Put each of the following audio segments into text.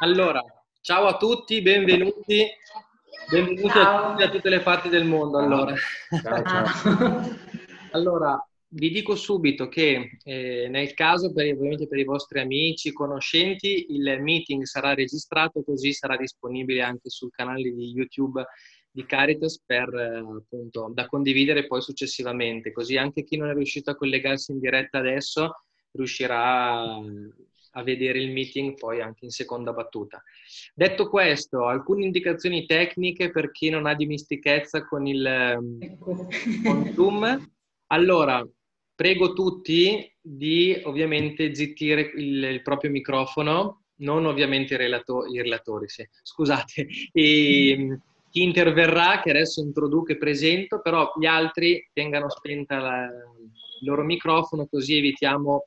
Allora, ciao a tutti, benvenuti, benvenuti a tutti da Ciao. tutte le parti del mondo. Allora, Ciao, ciao. Ah. allora vi dico subito che nel caso, ovviamente per i vostri amici, conoscenti, il meeting sarà registrato, così sarà disponibile anche sul canale di YouTube di Caritas per, appunto, da condividere poi successivamente, così anche chi non è riuscito a collegarsi in diretta adesso riuscirà a vedere il meeting poi anche in seconda battuta. Detto questo, alcune indicazioni tecniche per chi non ha dimestichezza con Ecco. con Zoom. Allora, prego tutti di ovviamente zittire il proprio microfono, non ovviamente i relatori, sì. Scusate, chi interverrà, che adesso introduco e presento, però gli altri tengano spenta il loro microfono, così evitiamo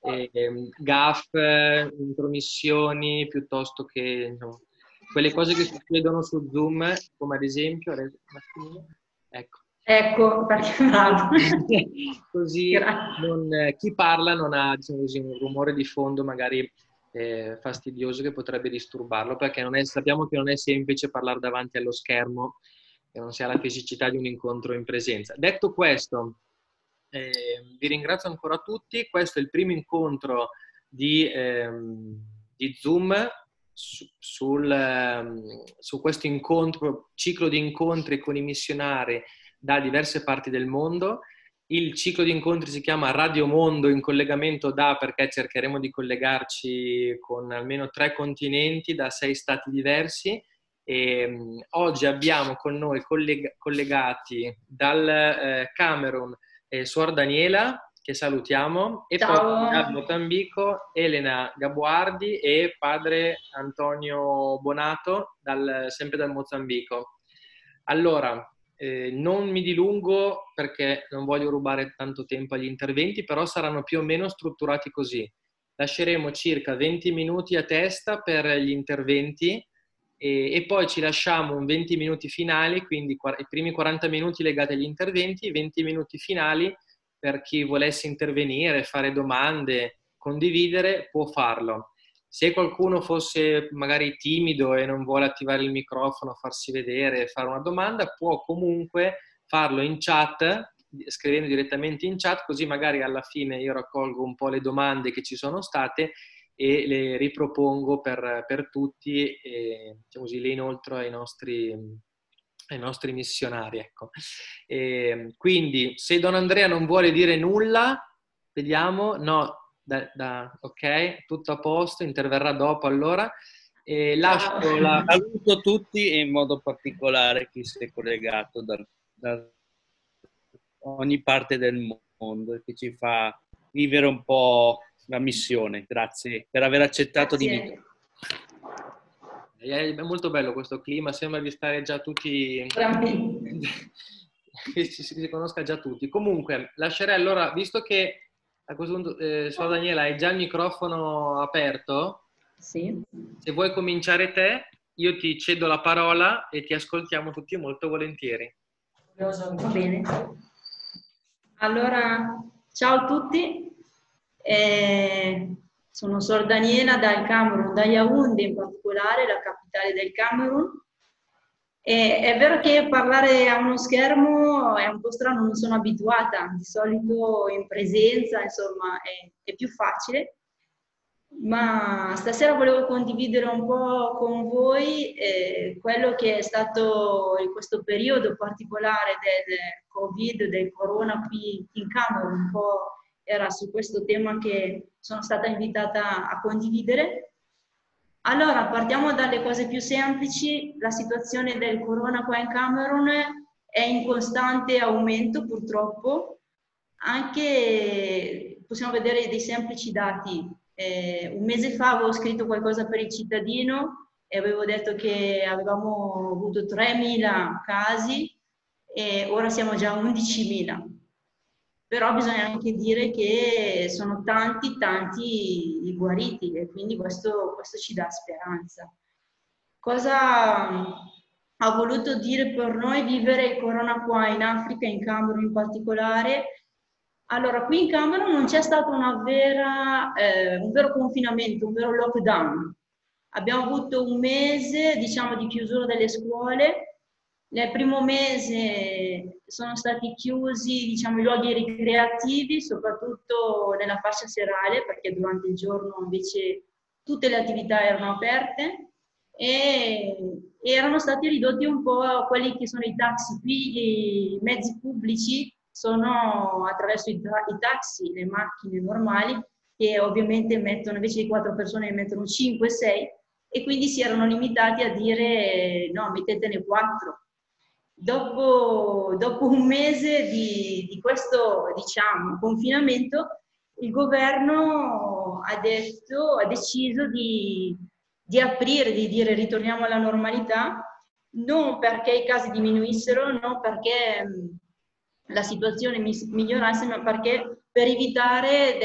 gaffe, intromissioni, piuttosto che no, quelle cose che succedono su Zoom, come ad esempio, ecco. Ecco, perché bravo. Così Grazie. chi parla non ha, diciamo così, un rumore di fondo magari fastidioso che potrebbe disturbarlo, perché sappiamo che non è semplice parlare davanti allo schermo e non si ha la fisicità di un incontro in presenza. Detto questo, vi ringrazio ancora tutti. Questo è il primo incontro di Zoom su questo incontro, ciclo di incontri con i missionari da diverse parti del mondo. Il ciclo di incontri si chiama Radio Mondo in collegamento perché cercheremo di collegarci con almeno 3 continenti da 6 stati diversi. Oggi abbiamo con noi collegati dal Camerun Suor Daniela, che salutiamo, e poi dal Ciao. Mozambico Elena Gabuardi e padre Antonio Bonato, sempre dal Mozambico. Allora, non mi dilungo perché non voglio rubare tanto tempo agli interventi, però saranno più o meno strutturati così. Lasceremo circa 20 minuti a testa per gli interventi e poi ci lasciamo un 20 minuti finali, quindi i primi 40 minuti legati agli interventi, 20 minuti finali per chi volesse intervenire, fare domande, condividere, può farlo. Se qualcuno fosse magari timido e non vuole attivare il microfono, farsi vedere, fare una domanda, può comunque farlo in chat, scrivendo direttamente in chat, così magari alla fine io raccolgo un po' le domande che ci sono state e le ripropongo per tutti e diciamo così, le inoltro ai nostri missionari. Ecco. Quindi, se Don Andrea non vuole dire nulla, vediamo, no, ok, tutto a posto, interverrà dopo allora. Ciao. Lascio Saluto tutti e in modo particolare chi si è collegato da ogni parte del mondo e che ci fa vivere un po' la missione. Grazie per aver accettato di Grazie. invitare. È molto bello questo clima, sembra di stare già tutti, Tranquilli. che si conosca già tutti. Comunque, lascerei allora, visto che a questo punto, Suor Daniela, hai già il microfono aperto, Sì. se vuoi cominciare te, io ti cedo la parola e ti ascoltiamo tutti molto volentieri. Va bene. Allora, ciao a tutti. Sono Suor Daniela dal Camerun, da Yaoundé in particolare, la capitale del Camerun. È vero che parlare a uno schermo è un po' strano, non sono abituata, di solito in presenza, insomma, è più facile, ma stasera volevo condividere un po' con voi quello che è stato in questo periodo particolare del Covid, del Corona qui in Camerun, un po' era su questo tema che sono stata invitata a condividere. Allora, partiamo dalle cose più semplici. La situazione del corona qua in Camerun è in costante aumento, purtroppo. Anche possiamo vedere dei semplici dati. Un mese fa avevo scritto qualcosa per il cittadino e avevo detto che avevamo avuto 3.000 casi e ora siamo già a 11.000. Però bisogna anche dire che sono tanti i guariti e quindi questo ci dà speranza. Cosa ha voluto dire per noi vivere il corona qua in Africa, in Camerun in particolare? Allora, qui in Camerun non c'è stato un vero confinamento, un vero lockdown. abbiamo avuto un mese, diciamo, di chiusura delle scuole. Nel primo mese sono stati chiusi, diciamo, i luoghi ricreativi, soprattutto nella fascia serale, perché durante il giorno invece tutte le attività erano aperte e erano stati ridotti un po' quelli che sono i taxi. Qui i mezzi pubblici sono attraverso i taxi, le macchine normali, che ovviamente mettono, invece di 4 persone, ne mettono 5-6, e quindi si erano limitati a dire no, mettetene 4. Dopo un mese di questo, diciamo, confinamento, il governo ha deciso di aprire, di dire ritorniamo alla normalità, non perché i casi diminuissero, non perché la situazione migliorasse, ma perché per evitare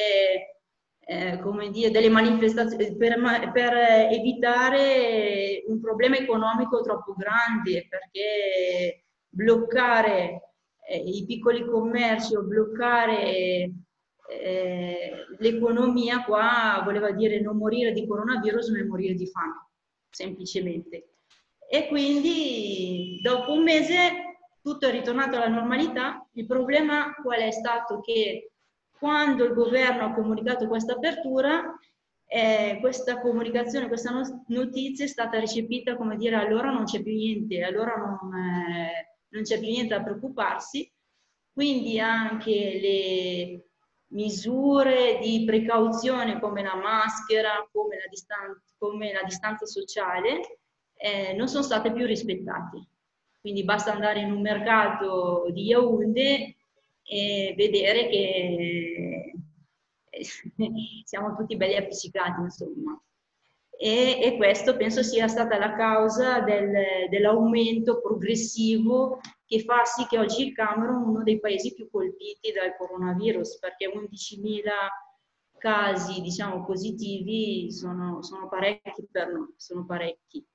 come dire, delle manifestazioni, per evitare un problema economico troppo grande, perché bloccare i piccoli commerci o bloccare l'economia qua voleva dire non morire di coronavirus, ma morire di fame, semplicemente. E quindi dopo un mese tutto è ritornato alla normalità. Il problema qual è stato? Che quando il governo ha comunicato questa apertura, questa comunicazione, questa notizia è stata recepita come dire allora non c'è più niente, allora non c'è più niente da preoccuparsi, quindi anche le misure di precauzione come la maschera, come la distanza sociale, non sono state più rispettate. Quindi basta andare in un mercato di Yaoundé e vedere che siamo tutti belli appiccicati, insomma. E questo penso sia stata la causa dell'aumento progressivo che fa sì che oggi il Camerun sia uno dei paesi più colpiti dal coronavirus, perché 11.000 casi, diciamo, positivi sono parecchi per noi, sono parecchi.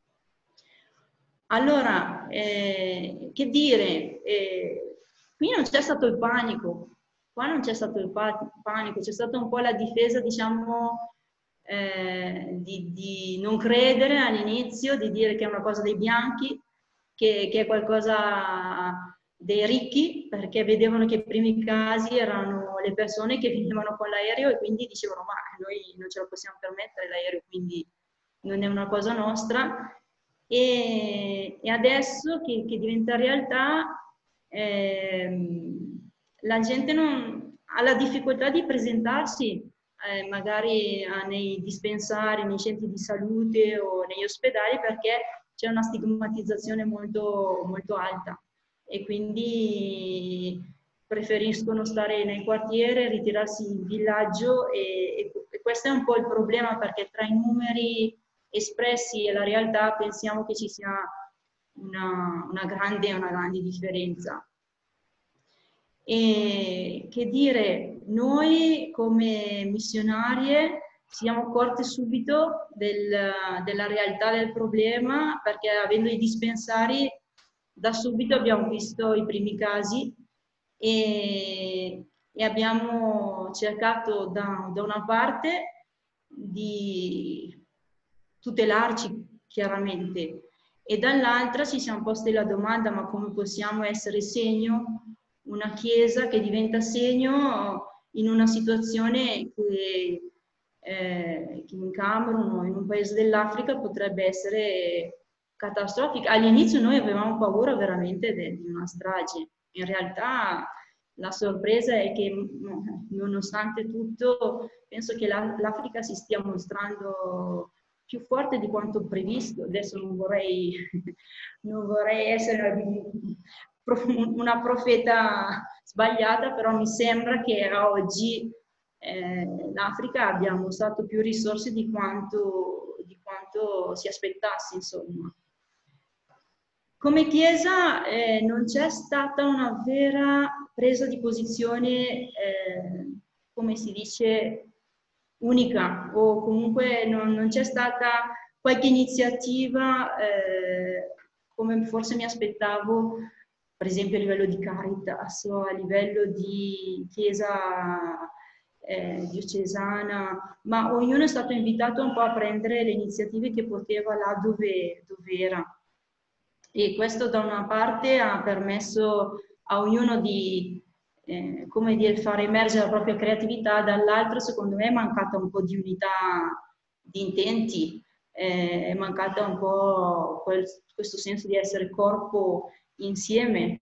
Allora, che dire, qui non c'è stato il panico, qua non c'è stato il panico, c'è stata un po' la difesa, diciamo, di non credere all'inizio, di dire che è una cosa dei bianchi, che è qualcosa dei ricchi, perché vedevano che i primi casi erano le persone che venivano con l'aereo e quindi dicevano ma noi non ce lo possiamo permettere l'aereo, quindi non è una cosa nostra. E adesso che diventa realtà, la gente ha la difficoltà di presentarsi magari nei dispensari, nei centri di salute o negli ospedali, perché c'è una stigmatizzazione molto, molto alta e quindi preferiscono stare nel quartiere, ritirarsi in villaggio e questo è un po' il problema, perché tra i numeri espressi e la realtà pensiamo che ci sia una grande differenza. E che dire, noi come missionarie ci siamo accorte subito della realtà del problema, perché avendo i dispensari da subito abbiamo visto i primi casi e abbiamo cercato da una parte di tutelarci chiaramente e dall'altra ci siamo posti la domanda: ma come possiamo essere segno, una chiesa che diventa segno in una situazione che in Camerun o in un paese dell'Africa potrebbe essere catastrofica? All'inizio noi avevamo paura veramente di una strage. In realtà la sorpresa è che nonostante tutto penso che l'Africa si stia mostrando più forte di quanto previsto. Adesso non vorrei essere una profeta sbagliata, però mi sembra che a oggi l'Africa abbia mostrato più risorse di quanto si aspettasse, insomma. Come Chiesa non c'è stata una vera presa di posizione, come si dice, unica, o comunque non c'è stata qualche iniziativa come forse mi aspettavo, per esempio a livello di Caritas o a livello di Chiesa diocesana, ma ognuno è stato invitato un po' a prendere le iniziative che poteva là dove era. E questo da una parte ha permesso a ognuno di come dire, far emergere la propria creatività, dall'altro secondo me è mancata un po' di unità di intenti, è mancata un po' questo senso di essere corpo insieme.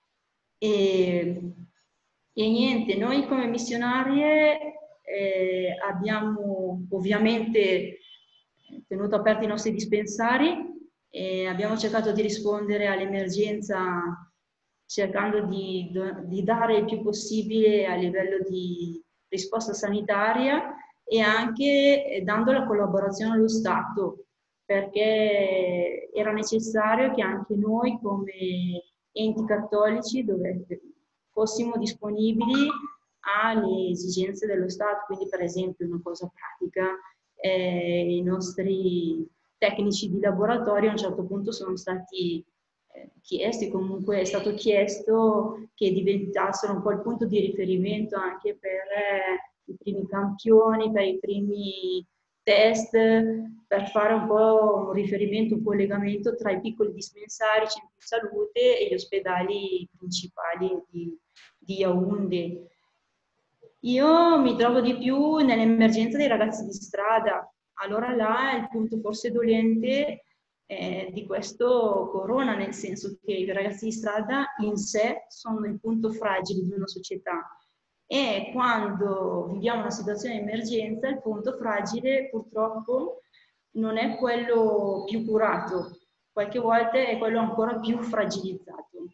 E niente, noi come missionarie abbiamo ovviamente tenuto aperti i nostri dispensari e abbiamo cercato di rispondere all'emergenza cercando di dare il più possibile a livello di risposta sanitaria e anche dando la collaborazione allo Stato, perché era necessario che anche noi come enti cattolici fossimo disponibili alle esigenze dello Stato. Quindi per esempio una cosa pratica, i nostri tecnici di laboratorio a un certo punto sono stati chiesti, comunque è stato chiesto che diventassero un po' il punto di riferimento anche per i primi campioni, per i primi test, per fare un po' un riferimento, un collegamento tra i piccoli dispensari, centri di salute e gli ospedali principali di Yaoundé. Io mi trovo di più nell'emergenza dei ragazzi di strada. Allora là è il punto forse dolente di questo corona, nel senso che i ragazzi di strada in sé sono il punto fragile di una società e quando viviamo una situazione di emergenza il punto fragile purtroppo non è quello più curato, qualche volta è quello ancora più fragilizzato.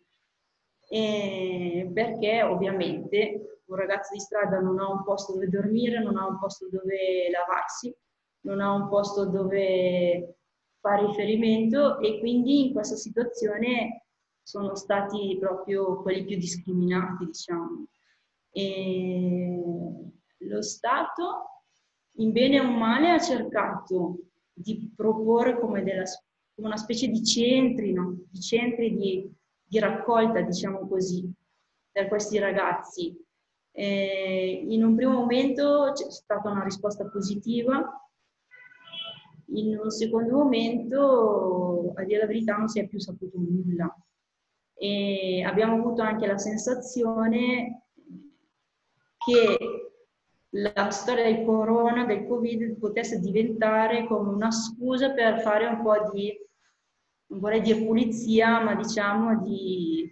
Perché ovviamente un ragazzo di strada non ha un posto dove dormire, non ha un posto dove lavarsi, non ha un posto dove fare riferimento e quindi in questa situazione sono stati proprio quelli più discriminati, diciamo. E lo Stato, in bene o male, ha cercato di proporre come una specie di centri, no? Di centri di raccolta, diciamo così, per questi ragazzi. In un primo momento c'è stata una risposta positiva, in un secondo momento, a dire la verità, non si è più saputo nulla. E abbiamo avuto anche la sensazione che la storia del corona, del Covid, potesse diventare come una scusa per fare un po' di, non vorrei dire pulizia, ma diciamo di,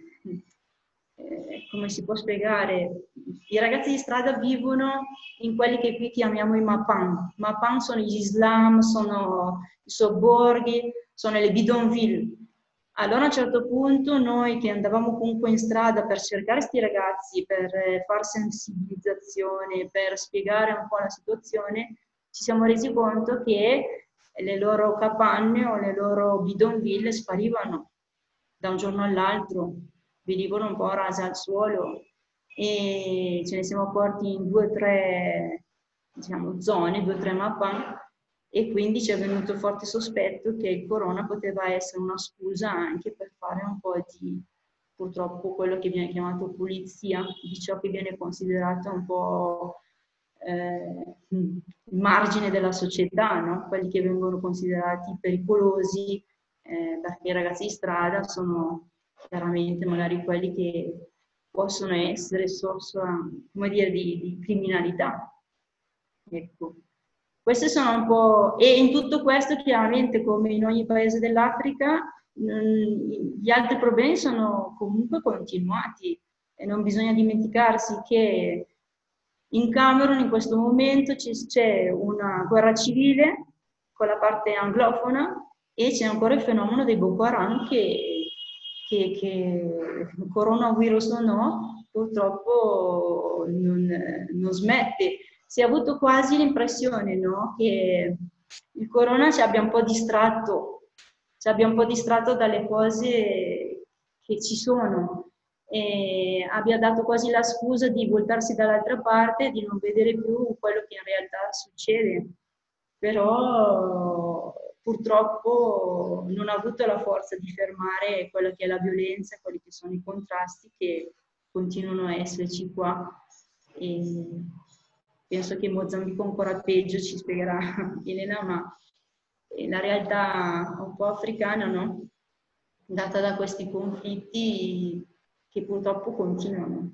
come si può spiegare, i ragazzi di strada vivono in quelli che qui chiamiamo i mapan. Mapan sono gli slam, sono i sobborghi, sono le bidonville. Allora a un certo punto noi che andavamo comunque in strada per cercare questi ragazzi, per far sensibilizzazione, per spiegare un po' la situazione, ci siamo resi conto che le loro capanne o le loro bidonville sparivano da un giorno all'altro, venivano un po' rase al suolo e ce ne siamo accorti in 2 o 3 diciamo, zone, 2 o 3 mapan, e quindi ci è venuto forte sospetto che il corona poteva essere una scusa anche per fare un po' di, purtroppo, quello che viene chiamato pulizia, di ciò che viene considerato un po' il margine della società, no? Quelli che vengono considerati pericolosi, perché i ragazzi di strada sono chiaramente magari quelli che possono essere sorso, come dire, di criminalità. Ecco. Queste sono un po'... E in tutto questo, chiaramente, come in ogni paese dell'Africa, gli altri problemi sono comunque continuati e non bisogna dimenticarsi che in Camerun in questo momento c'è una guerra civile con la parte anglofona e c'è ancora il fenomeno dei Boko Haram che coronavirus o no, purtroppo non smette. Si è avuto quasi l'impressione, no, che il corona ci abbia un po' distratto dalle cose che ci sono e abbia dato quasi la scusa di voltarsi dall'altra parte e di non vedere più quello che in realtà succede. Però purtroppo non ha avuto la forza di fermare quella che è la violenza, quelli che sono i contrasti che continuano a esserci qua. penso che in Mozambico ancora peggio, ci spiegherà Elena, ma è la realtà un po' africana, no? Data da questi conflitti che purtroppo continuano.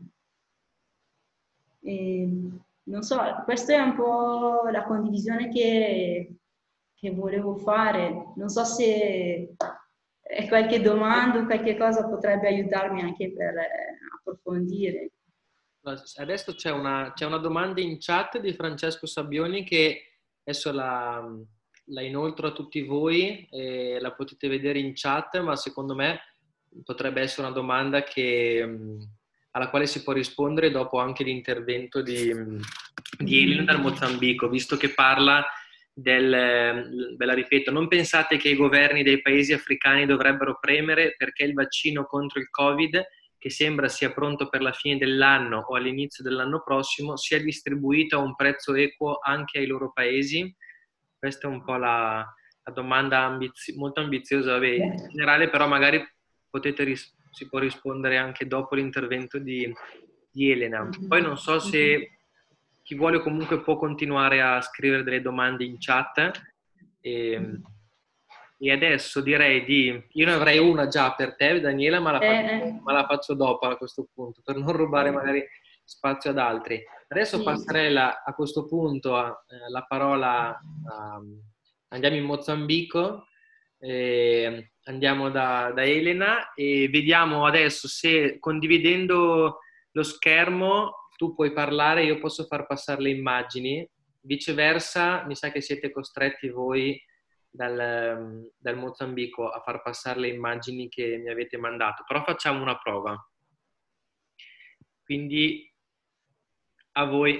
E, non so, questa è un po' la condivisione che volevo fare. Non so se qualche domanda o qualche cosa potrebbe aiutarmi anche per approfondire. Adesso c'è una domanda in chat di Francesco Sabbioni che adesso la inoltro a tutti voi e la potete vedere in chat, ma secondo me potrebbe essere una domanda alla quale si può rispondere dopo anche l'intervento di Elena dal Mozambico, visto che parla ve la ripeto, non pensate che i governi dei paesi africani dovrebbero premere perché il vaccino contro il Covid, che sembra sia pronto per la fine dell'anno o all'inizio dell'anno prossimo, sia distribuito a un prezzo equo anche ai loro paesi? Questa è un po' la domanda molto ambiziosa, vabbè, in generale, però magari si può rispondere anche dopo l'intervento di Elena. Poi non so se chi vuole comunque può continuare a scrivere delle domande in chat. E adesso direi io ne avrei una già per te, Daniela, ma la faccio dopo a questo punto, per non rubare magari spazio ad altri. Adesso passerei a questo punto la parola, andiamo in Mozambico, andiamo da Elena e vediamo adesso se condividendo lo schermo tu puoi parlare, io posso far passare le immagini, viceversa mi sa che siete costretti voi dal Mozambico a far passare le immagini che mi avete mandato, però facciamo una prova. Quindi a voi.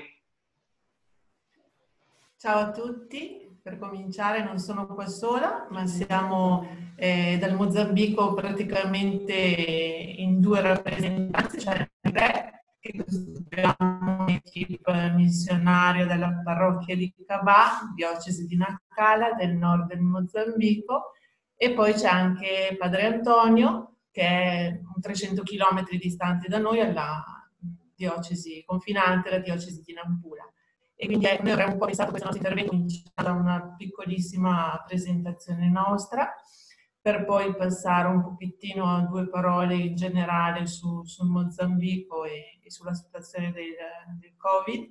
Ciao a tutti, per cominciare non sono qua sola, ma siamo dal Mozambico praticamente in 2 rappresentanze, cioè 3, che costituiamo l'equipe missionaria della parrocchia di Cabà, diocesi di Nacala, del nord del Mozambico, e poi c'è anche Padre Antonio, che è 300 km distante da noi, alla diocesi confinante, la diocesi di Nampula. E quindi noi avremmo un po' pensato questo nostro intervento cominciando da una piccolissima presentazione nostra, per poi passare un pochettino a 2 parole in generale sul Mozambico e sulla situazione del Covid,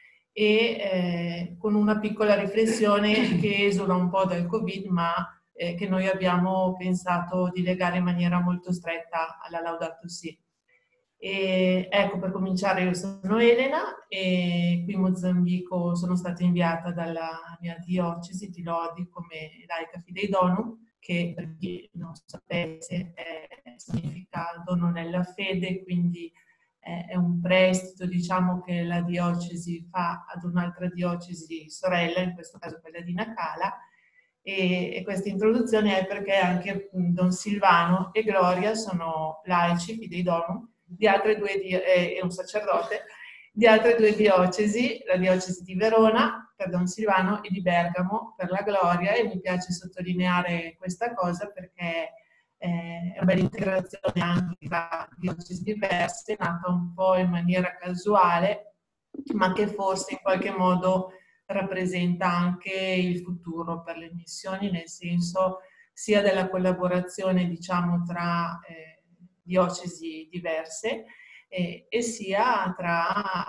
e con una piccola riflessione che esula un po' dal Covid, ma che noi abbiamo pensato di legare in maniera molto stretta alla Laudato Si'. E ecco, per cominciare, io sono Elena e qui in Mozambico sono stata inviata dalla mia diocesi di Lodi come laica fidei donum, che per chi non sapesse significa dono nella fede, quindi è un prestito, diciamo, che la diocesi fa ad un'altra diocesi sorella, in questo caso quella di Nacala. E questa introduzione è perché anche Don Silvano e Gloria sono laici fidei donum di altre 2 e un sacerdote di altre 2 diocesi, la diocesi di Verona per Don Silvano e di Bergamo per la Gloria, e mi piace sottolineare questa cosa perché è una bella integrazione anche tra diocesi diverse, nata un po' in maniera casuale, ma che forse in qualche modo rappresenta anche il futuro per le missioni, nel senso sia della collaborazione, diciamo, tra diocesi diverse e sia tra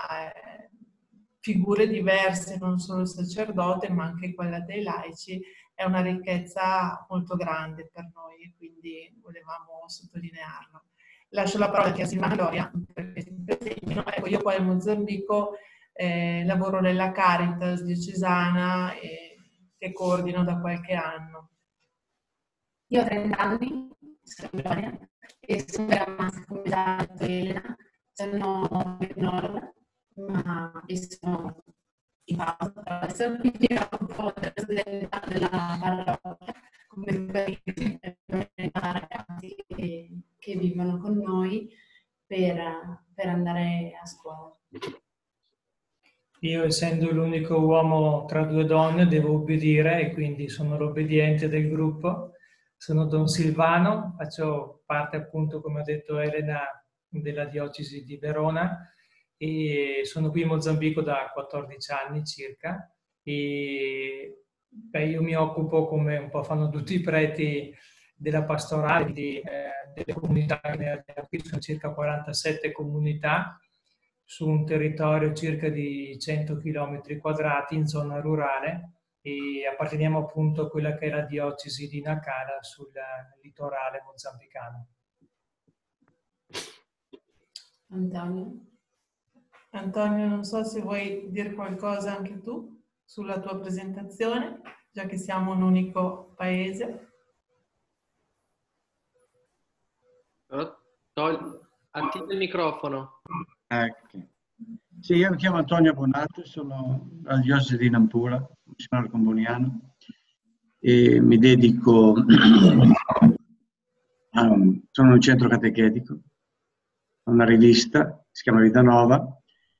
figure diverse, non solo il sacerdote ma anche quella dei laici. È una ricchezza molto grande per noi e quindi volevamo sottolinearlo. Lascio la parola a Silvana Gloria perché si presentino. Ecco, io poi in Mozambico lavoro nella Caritas diocesana che coordino da qualche anno. Io ho 30 anni, sono Gloria, e sono rimasta, come già detto Elena, sono del nord, ma sono in pausa, sono un po' della parrocchia, come quei ragazzi che vivono con noi per andare a scuola. Io, essendo l'unico uomo tra 2 donne, devo obbedire e quindi sono l'obbediente del gruppo. Sono Don Silvano, faccio parte appunto, come ha detto Elena, della diocesi di Verona e sono qui in Mozambico da 14 anni circa e io mi occupo, come un po' fanno tutti i preti, della pastorale delle comunità. Qui sono circa 47 comunità su un territorio circa di 100 km quadrati in zona rurale e apparteniamo appunto a quella che è la diocesi di Nacala sul litorale mozambicano. Antonio, non so se vuoi dire qualcosa anche tu sulla tua presentazione, già che siamo un unico paese. Attiva il microfono. Ecco. Sì, io mi chiamo Antonio Bonato, sono alla diocesi di Nampula, missionario comboniano, e mi dedico, sono un centro catechetico, una rivista, si chiama Vita Nova,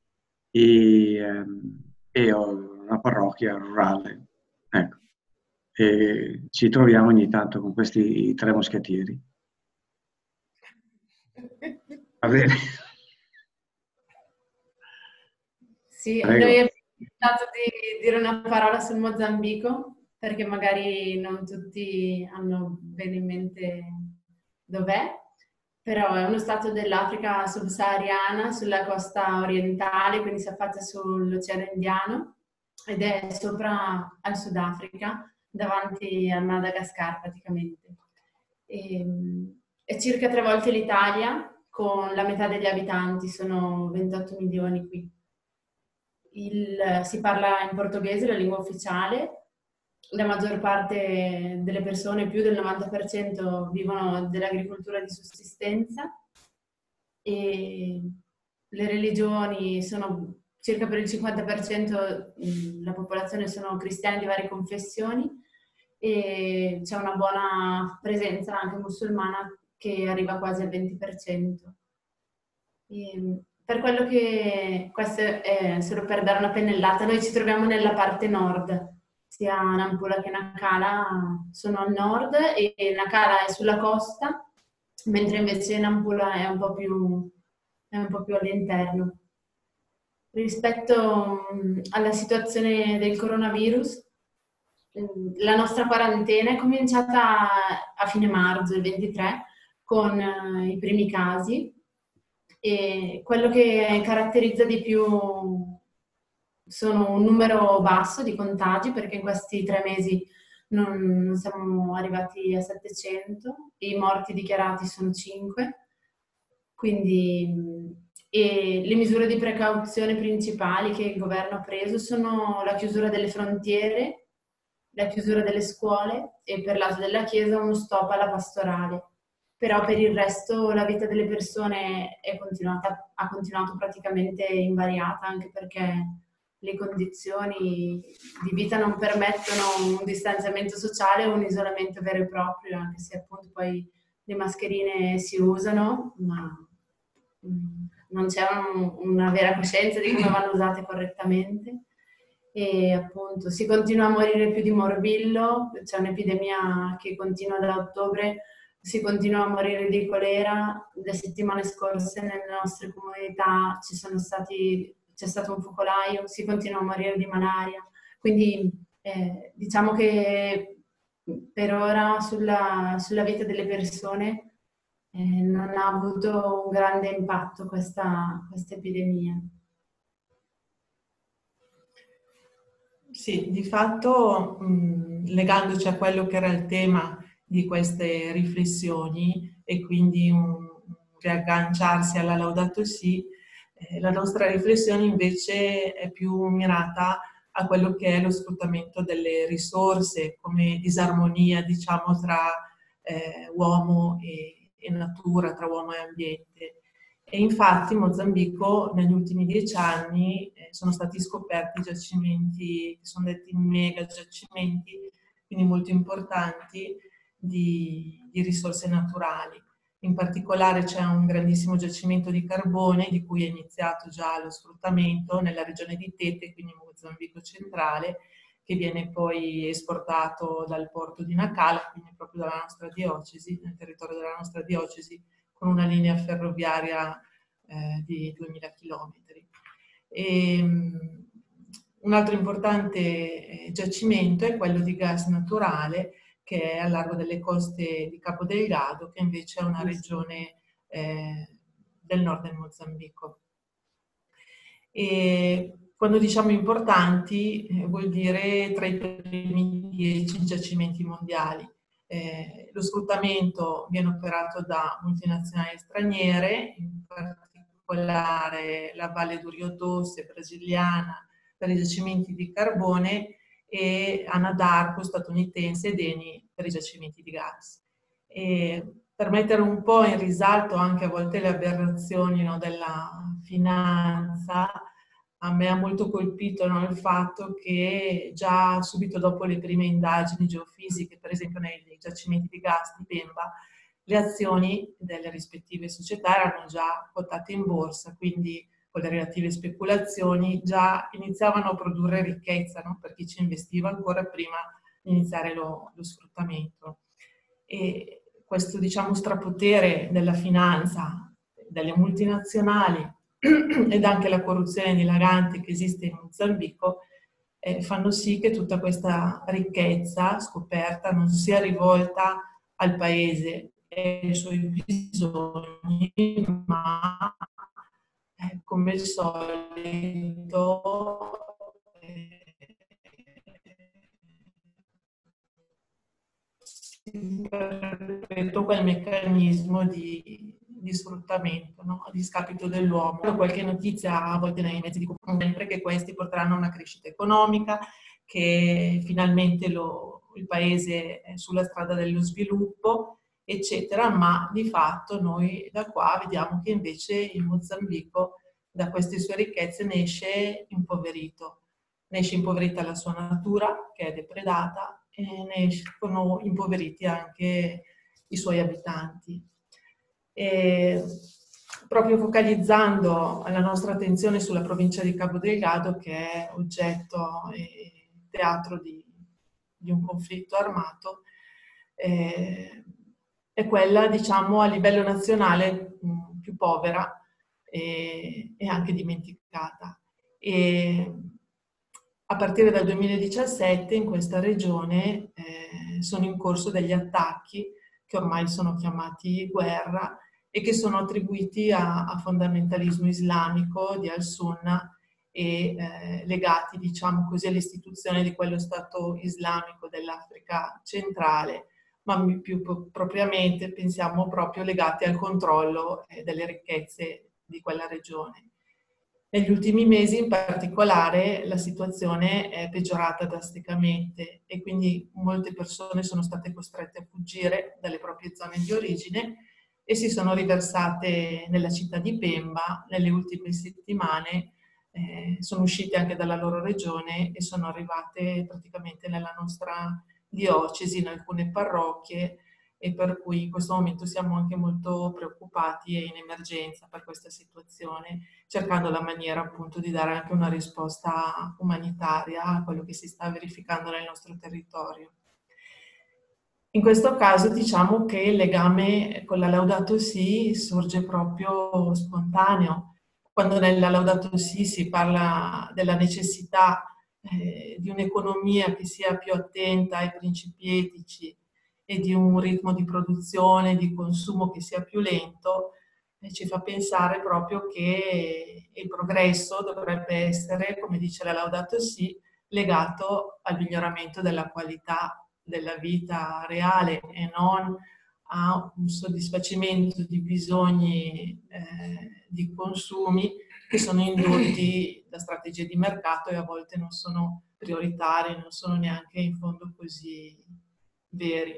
e ho una parrocchia rurale. Ecco. E ci troviamo ogni tanto con questi 3 moschettieri. Va bene. Sì, Prego. noi abbiamo pensato di dire una parola sul Mozambico, perché magari non tutti hanno bene in mente dov'è, però è uno stato dell'Africa subsahariana sulla costa orientale, quindi si affaccia sull'Oceano Indiano ed è sopra al Sudafrica, davanti al Madagascar praticamente. È circa 3 volte l'Italia, con la metà degli abitanti, sono 28 milioni qui. Si parla in portoghese, la lingua ufficiale. La maggior parte delle persone, più del 90%, vivono dell'agricoltura di sussistenza e le religioni sono circa per il 50%, la popolazione sono cristiani di varie confessioni e c'è una buona presenza anche musulmana che arriva quasi al 20%. Per quello che, questo è solo per dare una pennellata, noi ci troviamo nella parte nord, sia Nampula che Nacala sono al nord e Nacala è sulla costa, mentre invece Nampula è un po' più all'interno. Rispetto alla situazione del coronavirus, la nostra quarantena è cominciata a fine marzo, il 23, con i primi casi. E quello che caratterizza di più sono un numero basso di contagi, perché in questi 3 mesi non siamo arrivati a 700, i morti dichiarati sono 5, quindi e le misure di precauzione principali che il governo ha preso sono la chiusura delle frontiere, la chiusura delle scuole e per lato della Chiesa uno stop alla pastorale. Però per il resto la vita delle persone ha continuato praticamente invariata, anche perché le condizioni di vita non permettono un distanziamento sociale o un isolamento vero e proprio, anche se appunto poi le mascherine si usano, ma non c'è una vera coscienza di come vanno usate correttamente. E appunto si continua a morire più di morbillo, c'è un'epidemia che continua da ottobre, si continua a morire di colera. Le settimane scorse nelle nostre comunità c'è stato un focolaio, si continua a morire di malaria. Quindi diciamo che per ora sulla vita delle persone non ha avuto un grande impatto questa epidemia. Sì, di fatto legandoci a quello che era il tema di queste riflessioni e quindi un riagganciarsi alla Laudato Si, la nostra riflessione invece è più mirata a quello che è lo sfruttamento delle risorse come disarmonia, diciamo, tra uomo e natura, tra uomo e ambiente. E infatti in Mozambico negli ultimi 10 anni sono stati scoperti giacimenti che sono detti mega giacimenti, quindi molto importanti, di risorse naturali. In particolare c'è un grandissimo giacimento di carbone di cui è iniziato già lo sfruttamento nella regione di Tete, quindi in Mozambico centrale, che viene poi esportato dal porto di Nacala, quindi proprio dalla nostra diocesi, nel territorio della nostra diocesi, con una linea ferroviaria di 2000 chilometri. Un altro importante giacimento è quello di gas naturale, che è a largo delle coste di Cabo Delgado, che invece è una regione del nord del Mozambico. E quando diciamo importanti vuol dire tra i primi 10 giacimenti mondiali. Lo sfruttamento viene operato da multinazionali straniere, in particolare la Valle do Rio Doce brasiliana per i giacimenti di carbone e Anadarko statunitense ed Eni per i giacimenti di gas. E per mettere un po' in risalto anche a volte le aberrazioni, no, della finanza, a me ha molto colpito, no, il fatto che già subito dopo le prime indagini geofisiche, per esempio nei giacimenti di gas di Pemba, le azioni delle rispettive società erano già quotate in borsa, quindi con le relative speculazioni già iniziavano a produrre ricchezza, no, per chi ci investiva ancora prima di iniziare lo sfruttamento. E questo, diciamo, strapotere della finanza, delle multinazionali ed anche la corruzione dilagante che esiste in Mozambico fanno sì che tutta questa ricchezza scoperta non sia rivolta al paese e ai suoi bisogni, ma come al solito si perpetua quel meccanismo di sfruttamento, no? A discapito dell'uomo. Qualche notizia a volte nei mezzi di comunicazione sempre che questi porteranno a una crescita economica, che finalmente il paese è sulla strada dello sviluppo, eccetera, ma di fatto noi da qua vediamo che invece il Mozambico da queste sue ricchezze ne esce impoverito. Ne esce impoverita la sua natura, che è depredata, e ne escono impoveriti anche i suoi abitanti. E proprio focalizzando la nostra attenzione sulla provincia di Cabo Delgado, che è oggetto e teatro di un conflitto armato, è quella, diciamo, a livello nazionale più povera e anche dimenticata. E a partire dal 2017 in questa regione sono in corso degli attacchi che ormai sono chiamati guerra e che sono attribuiti a fondamentalismo islamico di Al-Sunna e legati, diciamo così, all'istituzione di quello Stato islamico dell'Africa centrale, ma più propriamente pensiamo proprio legati al controllo delle ricchezze di quella regione. Negli ultimi mesi in particolare la situazione è peggiorata drasticamente e quindi molte persone sono state costrette a fuggire dalle proprie zone di origine e si sono riversate nella città di Pemba. Nelle ultime settimane sono uscite anche dalla loro regione e sono arrivate praticamente nella nostra diocesi, in alcune parrocchie, e per cui in questo momento siamo anche molto preoccupati e in emergenza per questa situazione, cercando la maniera appunto di dare anche una risposta umanitaria a quello che si sta verificando nel nostro territorio. In questo caso diciamo che il legame con la Laudato Si sorge proprio spontaneo. Quando nella Laudato Si si parla della necessità di un'economia che sia più attenta ai principi etici e di un ritmo di produzione, di consumo che sia più lento, ci fa pensare proprio che il progresso dovrebbe essere, come dice la Laudato Si, legato al miglioramento della qualità della vita reale e non a un soddisfacimento di bisogni di consumi che sono indotti da strategie di mercato e a volte non sono prioritari, non sono neanche in fondo così veri.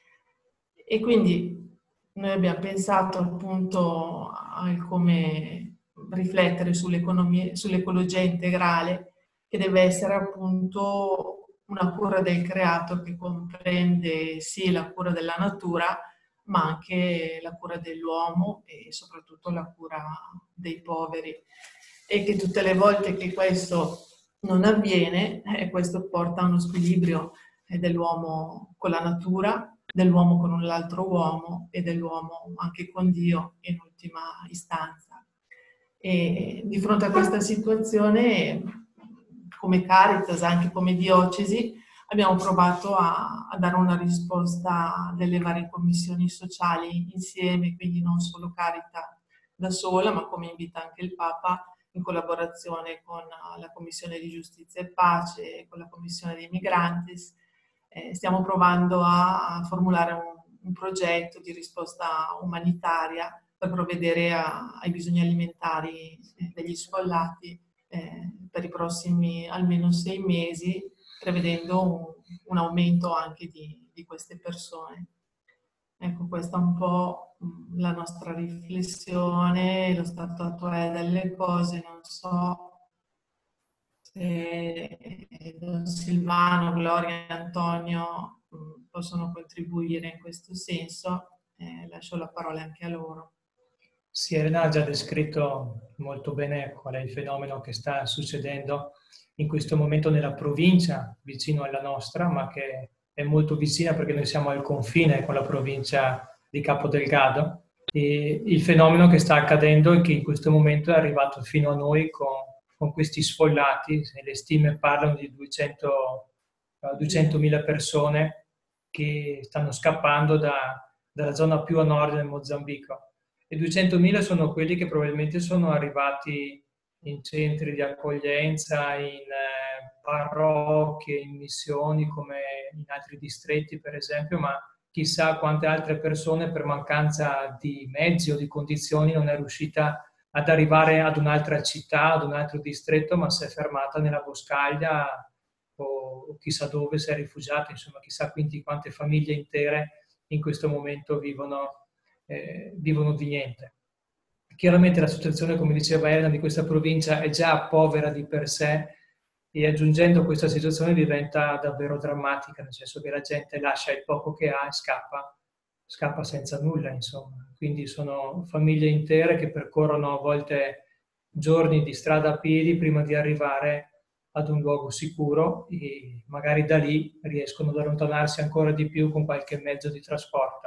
E quindi noi abbiamo pensato appunto a come riflettere sull'ecologia integrale, che deve essere appunto una cura del creato che comprende sì la cura della natura, ma anche la cura dell'uomo e soprattutto la cura dei poveri. E che tutte le volte che questo non avviene, questo porta a uno squilibrio dell'uomo con la natura, dell'uomo con l'altro uomo e dell'uomo anche con Dio in ultima istanza. E di fronte a questa situazione, come Caritas, anche come diocesi, abbiamo provato a dare una risposta delle varie commissioni sociali insieme, quindi non solo Caritas da sola, ma come invita anche il Papa, in collaborazione con la Commissione di Giustizia e Pace e con la Commissione dei Migranti. Stiamo provando a formulare un progetto di risposta umanitaria per provvedere ai bisogni alimentari degli sfollati per i prossimi almeno 6 mesi, prevedendo un aumento anche di queste persone. Ecco, questa è un po' la nostra riflessione, lo stato attuale delle cose. Non so se Don Silvano, Gloria e Antonio possono contribuire in questo senso. Lascio la parola anche a loro. Sì, Elena ha già descritto molto bene qual è il fenomeno che sta succedendo in questo momento nella provincia vicino alla nostra, ma che è molto vicina perché noi siamo al confine con la provincia di Capo Delgado. E il fenomeno che sta accadendo è che in questo momento è arrivato fino a noi con questi sfollati. Le stime parlano di 200.000 persone che stanno scappando dalla zona più a nord del Mozambico. E 200.000 sono quelli che probabilmente sono arrivati in centri di accoglienza, in parrocchie, in missioni come in altri distretti per esempio, ma chissà quante altre persone per mancanza di mezzi o di condizioni non è riuscita ad arrivare ad un'altra città, ad un altro distretto, ma si è fermata nella boscaglia o chissà dove si è rifugiata, insomma chissà quindi quante famiglie intere in questo momento vivono di niente. Chiaramente la situazione, come diceva Elena, di questa provincia è già povera di per sé e aggiungendo questa situazione diventa davvero drammatica, nel senso che la gente lascia il poco che ha e scappa senza nulla, insomma. Quindi sono famiglie intere che percorrono a volte giorni di strada a piedi prima di arrivare ad un luogo sicuro e magari da lì riescono ad allontanarsi ancora di più con qualche mezzo di trasporto.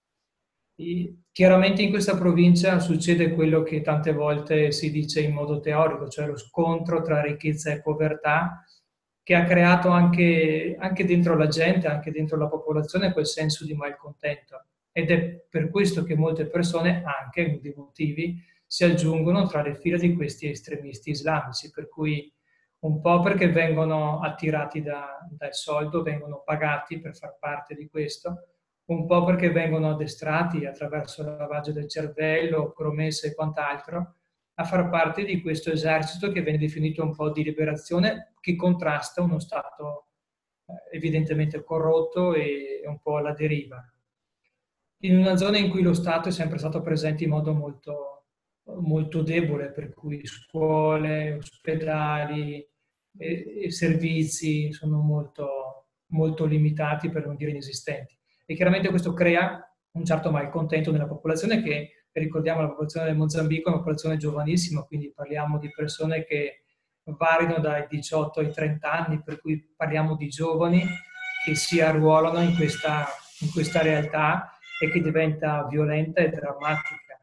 E chiaramente in questa provincia succede quello che tante volte si dice in modo teorico, cioè lo scontro tra ricchezza e povertà, che ha creato anche dentro la gente, anche dentro la popolazione, quel senso di malcontento. Ed è per questo che molte persone, anche uno dei motivi, si aggiungono tra le fila di questi estremisti islamici, per cui un po' perché vengono attirati dal soldo, vengono pagati per far parte di questo, un po' perché vengono addestrati attraverso il lavaggio del cervello, promesse e quant'altro, a far parte di questo esercito che viene definito un po' di liberazione, che contrasta uno Stato evidentemente corrotto e un po' alla deriva. In una zona in cui lo Stato è sempre stato presente in modo molto, molto debole, per cui scuole, ospedali e servizi sono molto, molto limitati, per non dire inesistenti. E chiaramente questo crea un certo malcontento nella popolazione che, ricordiamo, la popolazione del Mozambico è una popolazione giovanissima, quindi parliamo di persone che variano dai 18 ai 30 anni, per cui parliamo di giovani che si arruolano in questa realtà e che diventa violenta e drammatica.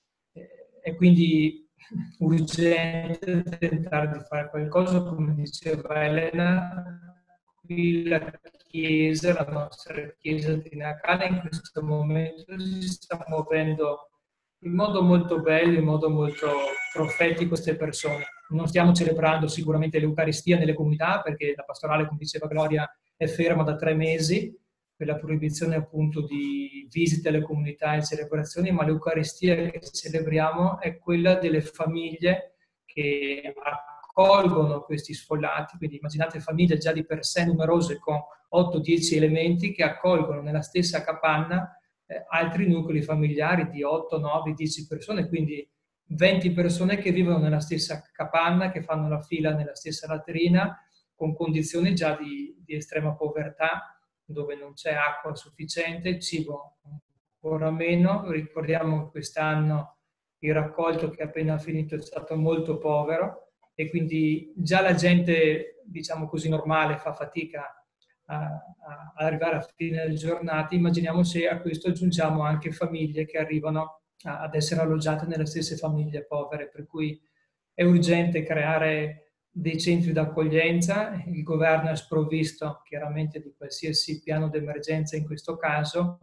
È quindi urgente tentare di fare qualcosa, come diceva Elena. Qui la Chiesa, la nostra Chiesa tinacana in questo momento si sta muovendo in modo molto bello, in modo molto profetico queste persone. Non stiamo celebrando sicuramente l'Eucaristia nelle comunità perché la pastorale, come diceva Gloria, è ferma da 3 mesi per la proibizione appunto di visite alle comunità e celebrazioni, ma l'Eucaristia che celebriamo è quella delle famiglie che accolgono questi sfollati, quindi immaginate famiglie già di per sé numerose con 8-10 elementi che accolgono nella stessa capanna altri nuclei familiari di 8, 9, 10 persone, quindi 20 persone che vivono nella stessa capanna, che fanno la fila nella stessa latrina, con condizioni già di estrema povertà, dove non c'è acqua sufficiente, cibo ancora meno. Ricordiamo che quest'anno il raccolto che è appena finito è stato molto povero e quindi già la gente, diciamo così, normale fa fatica a arrivare a fine giornata. Immaginiamo se a questo aggiungiamo anche famiglie che arrivano ad essere alloggiate nelle stesse famiglie povere, per cui è urgente creare dei centri d'accoglienza. Il governo è sprovvisto chiaramente di qualsiasi piano d'emergenza in questo caso,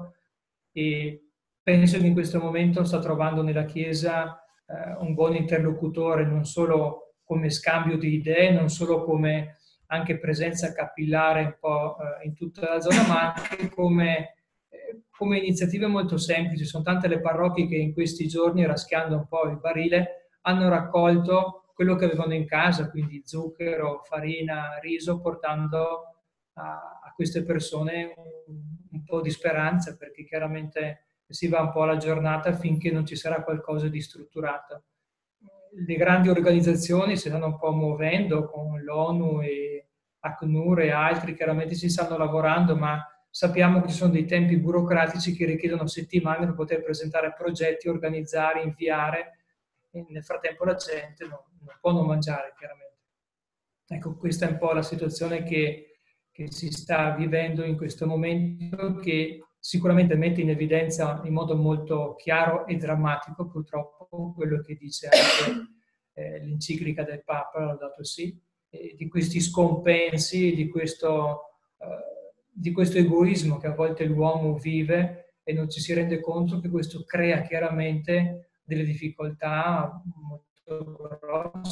e penso che in questo momento sta trovando nella Chiesa un buon interlocutore, non solo come scambio di idee, non solo come anche presenza capillare un po' in tutta la zona, ma anche come iniziative molto semplici. Sono tante le parrocchie che in questi giorni, raschiando un po' il barile, hanno raccolto quello che avevano in casa, quindi zucchero, farina, riso, portando a queste persone un po' di speranza, perché chiaramente si va un po' alla giornata finché non ci sarà qualcosa di strutturato. Le grandi organizzazioni si stanno un po' muovendo con l'ONU e ACNUR e altri, chiaramente si stanno lavorando, ma sappiamo che ci sono dei tempi burocratici che richiedono settimane per poter presentare progetti, organizzare, inviare, e nel frattempo la gente non può non mangiare, chiaramente. Ecco, questa è un po' la situazione che si sta vivendo in questo momento, che sicuramente mette in evidenza in modo molto chiaro e drammatico, purtroppo, quello che dice anche l'enciclica del Papa, Laudato Si, di questi scompensi, di questo egoismo che a volte l'uomo vive, e non ci si rende conto che questo crea chiaramente delle difficoltà molto grosse.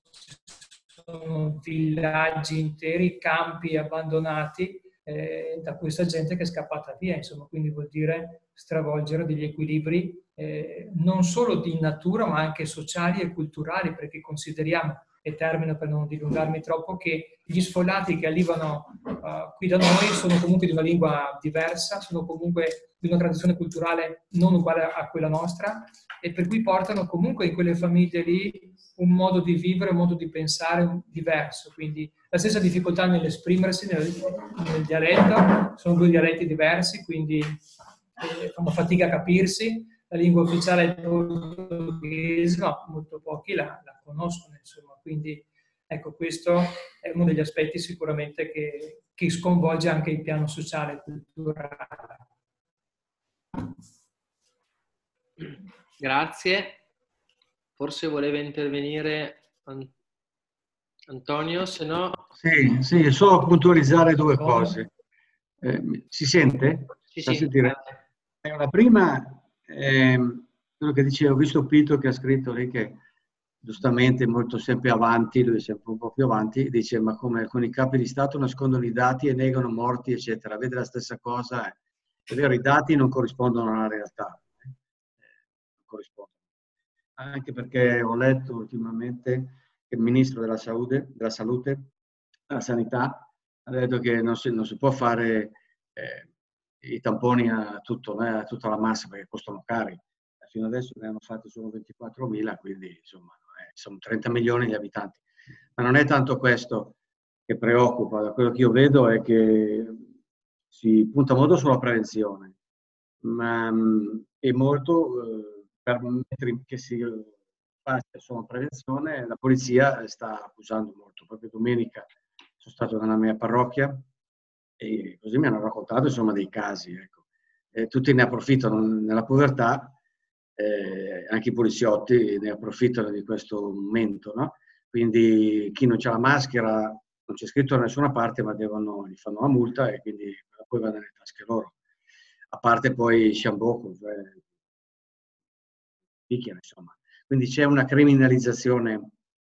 Sono villaggi interi, campi abbandonati da questa gente che è scappata via, insomma, quindi vuol dire stravolgere degli equilibri non solo di natura ma anche sociali e culturali, perché consideriamo, e termino per non dilungarmi troppo, che gli sfollati che arrivano qui da noi sono comunque di una lingua diversa, sono comunque di una tradizione culturale non uguale a quella nostra, e per cui portano comunque in quelle famiglie lì un modo di vivere, un modo di pensare diverso, quindi la stessa difficoltà nell'esprimersi nel dialetto, sono due dialetti diversi, quindi fanno fatica a capirsi. La lingua ufficiale è il portoghese, ma molto pochi la conoscono, insomma, quindi ecco, questo è uno degli aspetti sicuramente che sconvolge anche il piano sociale e culturale. Grazie. Forse voleva intervenire Antonio, se no... Sì, solo puntualizzare due cose. Si sente? Sì. La prima, quello che dicevo, ho visto Pito che ha scritto lì che giustamente molto sempre avanti, lui è sempre un po' più avanti, dice ma come alcuni capi di Stato nascondono i dati e negano morti, eccetera. Vede la stessa cosa, è vero, i dati non corrispondono alla realtà. Non corrispondono. Anche perché ho letto ultimamente che il ministro della Salute, della Sanità, ha detto che non si può fare i tamponi a tutta la massa perché costano cari. Fino adesso ne hanno fatti solo 24.000, quindi insomma sono 30 milioni di abitanti. Ma non è tanto questo che preoccupa, da quello che io vedo è che si punta molto sulla prevenzione, ma è molto per mettere che si faccia solo prevenzione, la polizia sta abusando molto. Proprio domenica sono stato nella mia parrocchia e così mi hanno raccontato insomma dei casi, ecco. Tutti ne approfittano nella povertà, anche i poliziotti ne approfittano di questo momento, no? Quindi chi non ha la maschera non c'è scritto da nessuna parte, ma gli fanno la multa e quindi poi va nelle tasche loro. A parte poi Sciambocco, cioè picchiano, insomma. Quindi c'è una criminalizzazione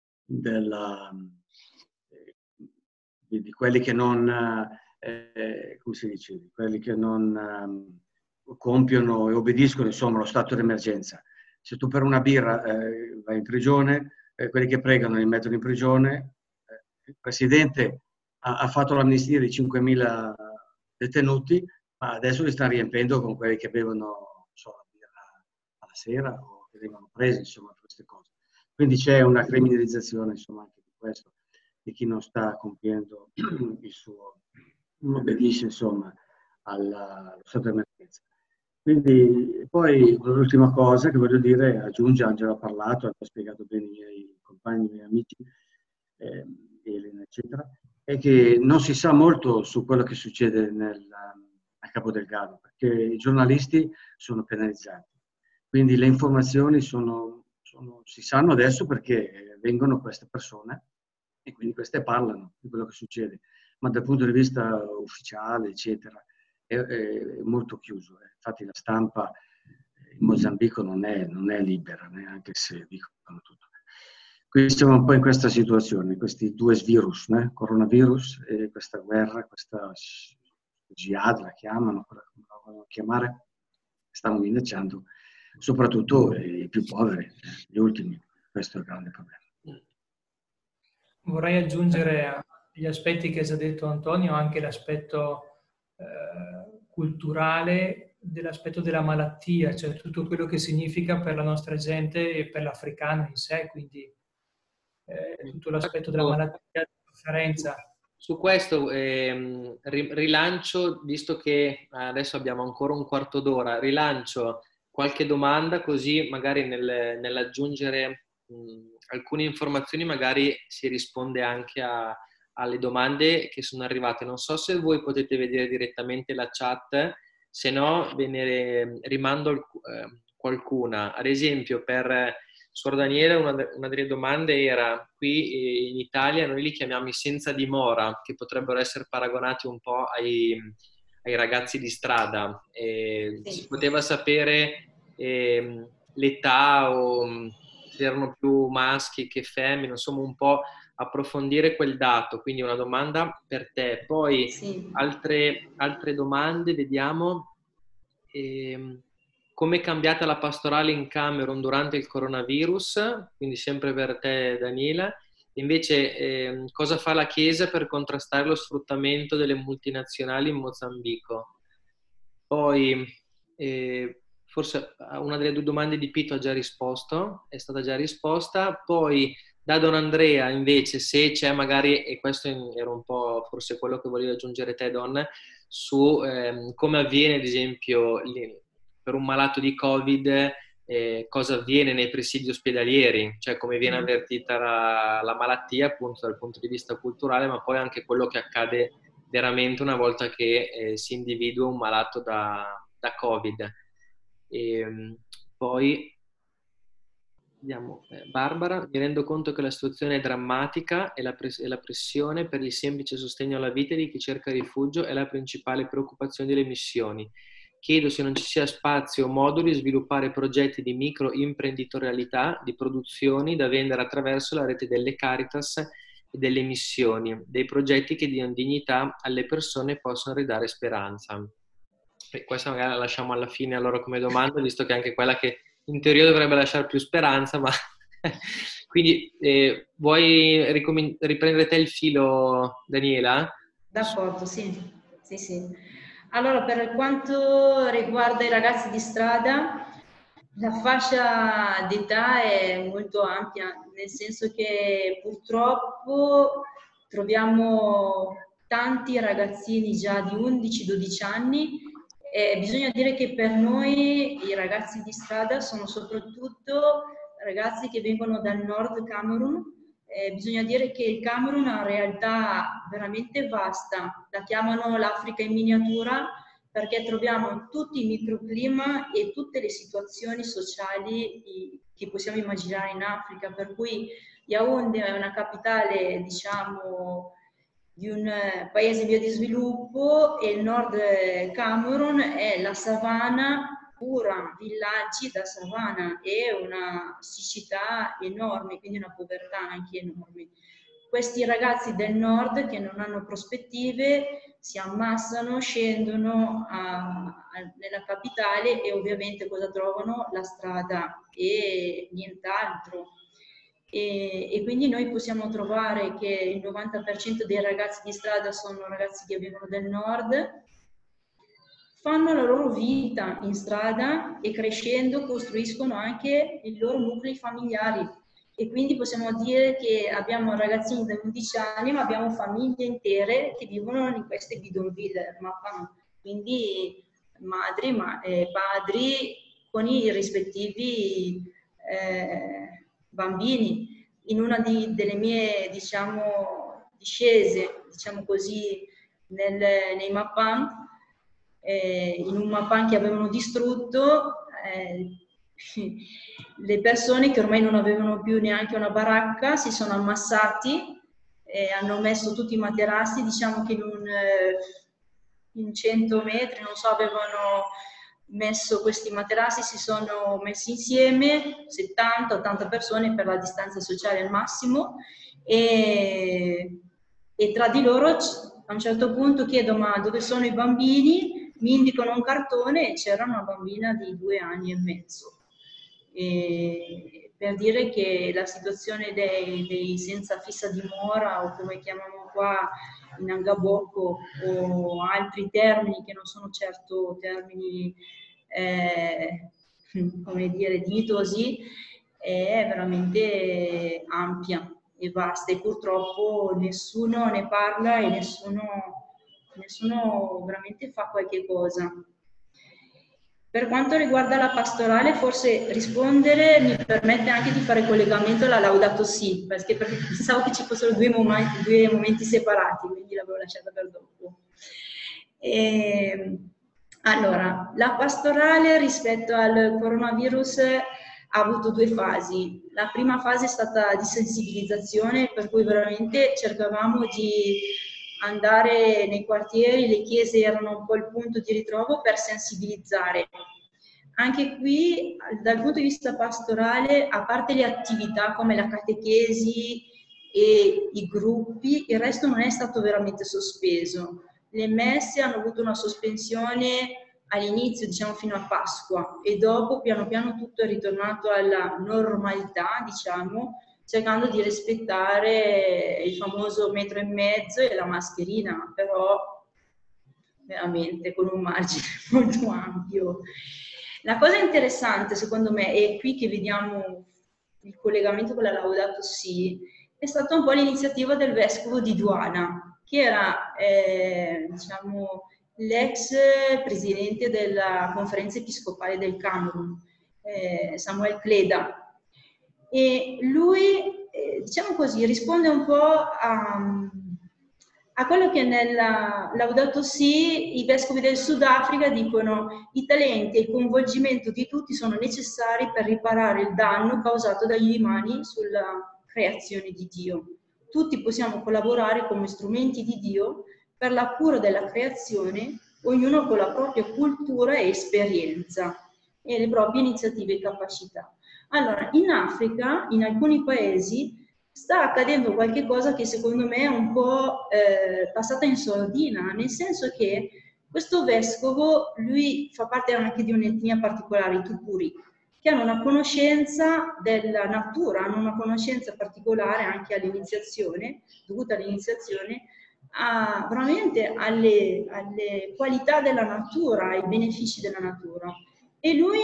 di quelli che non, come si dice, di quelli che non compiono e obbediscono, insomma, allo stato d'emergenza. Se tu per una birra vai in prigione, quelli che pregano li mettono in prigione. Il Presidente ha fatto l'amnistia di 5.000 detenuti, ma adesso li sta riempendo con quelli che bevono la birra alla sera o che vengono presi, insomma, per queste cose. Quindi c'è una criminalizzazione, insomma, anche di questo, di chi non sta compiendo il suo, non obbedisce, insomma, allo stato d'emergenza. Quindi poi l'ultima cosa che voglio dire, aggiunge, Angela ha parlato, ha spiegato bene i miei compagni, i miei amici, Elena, eccetera, è che non si sa molto su quello che succede a Capo Delgado, perché i giornalisti sono penalizzati. Quindi le informazioni si sanno adesso perché vengono queste persone e quindi queste parlano di quello che succede, ma dal punto di vista ufficiale, eccetera, è molto chiuso. Infatti la stampa in Mozambico non è libera, neanche se dicono tutto. Quindi siamo un po' in questa situazione, questi due virus, coronavirus e questa guerra, questa jihad la chiamano, come la vogliono chiamare, stanno minacciando soprattutto i più poveri, gli ultimi. Questo è il grande problema. Vorrei aggiungere agli aspetti che ha già detto Antonio anche l'aspetto culturale dell'aspetto della malattia, cioè tutto quello che significa per la nostra gente e per l'africano in sé, quindi tutto l'aspetto della malattia, della sofferenza. Su questo rilancio, visto che adesso abbiamo ancora un quarto d'ora, rilancio qualche domanda così magari nell'aggiungere alcune informazioni magari si risponde anche alle domande che sono arrivate. Non so se voi potete vedere direttamente la chat, se no ve ne rimando qualcuna. Ad esempio per Suor Daniela una delle domande era: qui in Italia noi li chiamiamo i senza dimora, che potrebbero essere paragonati un po' ai ragazzi di strada. Si poteva sapere l'età o se erano più maschi che femmine, insomma un po' approfondire quel dato. Quindi una domanda per te. Poi altre domande, vediamo. Come è cambiata la pastorale in Camerun durante il coronavirus? Quindi sempre per te, Daniela. Invece, cosa fa la Chiesa per contrastare lo sfruttamento delle multinazionali in Mozambico? Poi, forse una delle due domande di Pito ha già risposto, è stata già risposta. Poi, da Don Andrea, invece, se c'è magari, e questo era un po' forse quello che volevo aggiungere te, Don, su come avviene, ad esempio, per un malato di Covid, cosa avviene nei presidi ospedalieri, cioè come viene avvertita la malattia appunto dal punto di vista culturale, ma poi anche quello che accade veramente una volta che si individua un malato da Covid. Poi vediamo, Barbara: mi rendo conto che la situazione è drammatica e la pressione per il semplice sostegno alla vita di chi cerca rifugio è la principale preoccupazione delle missioni. Chiedo se non ci sia spazio o modo di sviluppare progetti di microimprenditorialità, di produzioni da vendere attraverso la rete delle Caritas e delle missioni, dei progetti che diano dignità alle persone e possano ridare speranza. E questa magari la lasciamo alla fine allora come domanda, visto che è anche quella che in teoria dovrebbe lasciare più speranza, ma quindi vuoi riprendere te il filo, Daniela? D'accordo, sì. Allora, per quanto riguarda i ragazzi di strada, la fascia d'età è molto ampia, nel senso che purtroppo troviamo tanti ragazzini già di 11-12 anni. Bisogna dire che per noi i ragazzi di strada sono soprattutto ragazzi che vengono dal nord Camerun. Bisogna dire che il Camerun ha una realtà veramente vasta, la chiamano l'Africa in miniatura, perché troviamo tutti i microclima e tutte le situazioni sociali che possiamo immaginare in Africa, per cui Yaoundé è una capitale, diciamo, di un paese in via di sviluppo e il nord Camerun è la savana pura, villaggi da savana e una siccità enorme, quindi una povertà anche enorme. Questi ragazzi del nord che non hanno prospettive si ammassano, scendono nella capitale e ovviamente cosa trovano? La strada e nient'altro. E quindi noi possiamo trovare che il 90% dei ragazzi di strada sono ragazzi che vengono del nord, fanno la loro vita in strada e crescendo costruiscono anche i loro nuclei familiari. E quindi possiamo dire che abbiamo ragazzini da 11 anni, ma abbiamo famiglie intere che vivono in queste bidonville, quindi madri, padri con i rispettivi bambini. In una delle mie, diciamo, discese, diciamo così, nei Mapan, in un Mapan che avevano distrutto, le persone che ormai non avevano più neanche una baracca si sono ammassati e hanno messo tutti i materassi, diciamo che in 100 metri, non so, avevano messo questi materassi, si sono messi insieme 70-80 persone per la distanza sociale al massimo e tra di loro a un certo punto chiedo ma dove sono i bambini? Mi indicano un cartone e c'era una bambina di 2 anni e mezzo. E per dire che la situazione dei senza fissa dimora, o come chiamiamo qua in Angabocco, o altri termini che non sono certo termini come dire dignitosi, è veramente ampia e vasta, e purtroppo nessuno ne parla e nessuno veramente fa qualche cosa. Per quanto riguarda la pastorale, forse rispondere mi permette anche di fare collegamento alla Laudato Si, perché pensavo che ci fossero due momenti separati, quindi l'avevo lasciata per dopo. Allora, la pastorale rispetto al coronavirus ha avuto 2 fasi. La prima fase è stata di sensibilizzazione, per cui veramente cercavamo di andare nei quartieri, le chiese erano un po' il punto di ritrovo per sensibilizzare. Anche qui, dal punto di vista pastorale, a parte le attività come la catechesi e i gruppi, il resto non è stato veramente sospeso. Le messe hanno avuto una sospensione all'inizio, diciamo fino a Pasqua, e dopo piano piano tutto è ritornato alla normalità, diciamo, cercando di rispettare il famoso 1,5 metri e la mascherina, però veramente con un margine molto ampio. La cosa interessante secondo me, e qui che vediamo il collegamento con la Laudato Si, è stata un po' l'iniziativa del vescovo di Douala, che era diciamo, l'ex presidente della conferenza episcopale del Camerun, Samuel Kleda. E lui, diciamo così, risponde un po' a quello che nella Laudato Si i vescovi del Sudafrica dicono: i talenti e il coinvolgimento di tutti sono necessari per riparare il danno causato dagli umani sulla creazione di Dio. Tutti possiamo collaborare come strumenti di Dio per la cura della creazione, ognuno con la propria cultura e esperienza e le proprie iniziative e capacità. Allora, in Africa, in alcuni paesi, sta accadendo qualche cosa che secondo me è un po' passata in sordina, nel senso che questo vescovo, lui fa parte anche di un'etnia particolare, i Tupuri, che hanno una conoscenza della natura, hanno una conoscenza particolare anche all'iniziazione, dovuta all'iniziazione, veramente alle qualità della natura, ai benefici della natura. E lui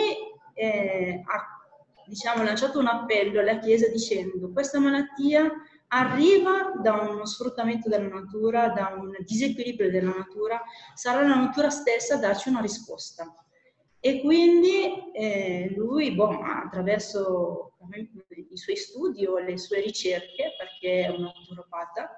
ha diciamo, lanciato un appello alla Chiesa dicendo: questa malattia arriva da uno sfruttamento della natura, da un disequilibrio della natura, sarà la natura stessa a darci una risposta. E quindi lui, attraverso i suoi studi o le sue ricerche, perché è un naturopata,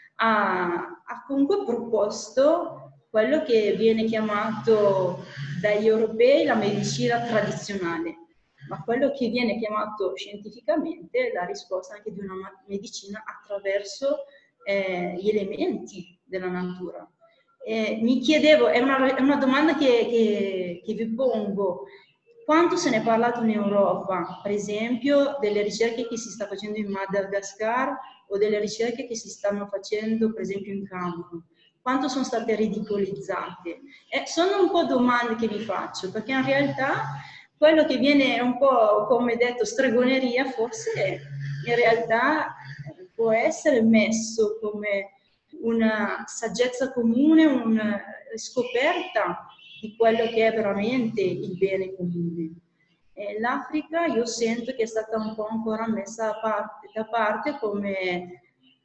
ha comunque proposto quello che viene chiamato dagli europei la medicina tradizionale, ma quello che viene chiamato scientificamente la risposta anche di una medicina attraverso gli elementi della natura. Mi chiedevo, è una domanda che vi pongo: quanto se ne è parlato in Europa, per esempio, delle ricerche che si sta facendo in Madagascar o delle ricerche che si stanno facendo, per esempio, in Camerun? Quanto sono state ridicolizzate? Sono un po' domande che vi faccio, perché in realtà quello che viene un po', come detto, stregoneria, forse in realtà può essere messo come una saggezza comune, una scoperta di quello che è veramente il bene comune. L'Africa io sento che è stata un po' ancora messa da parte come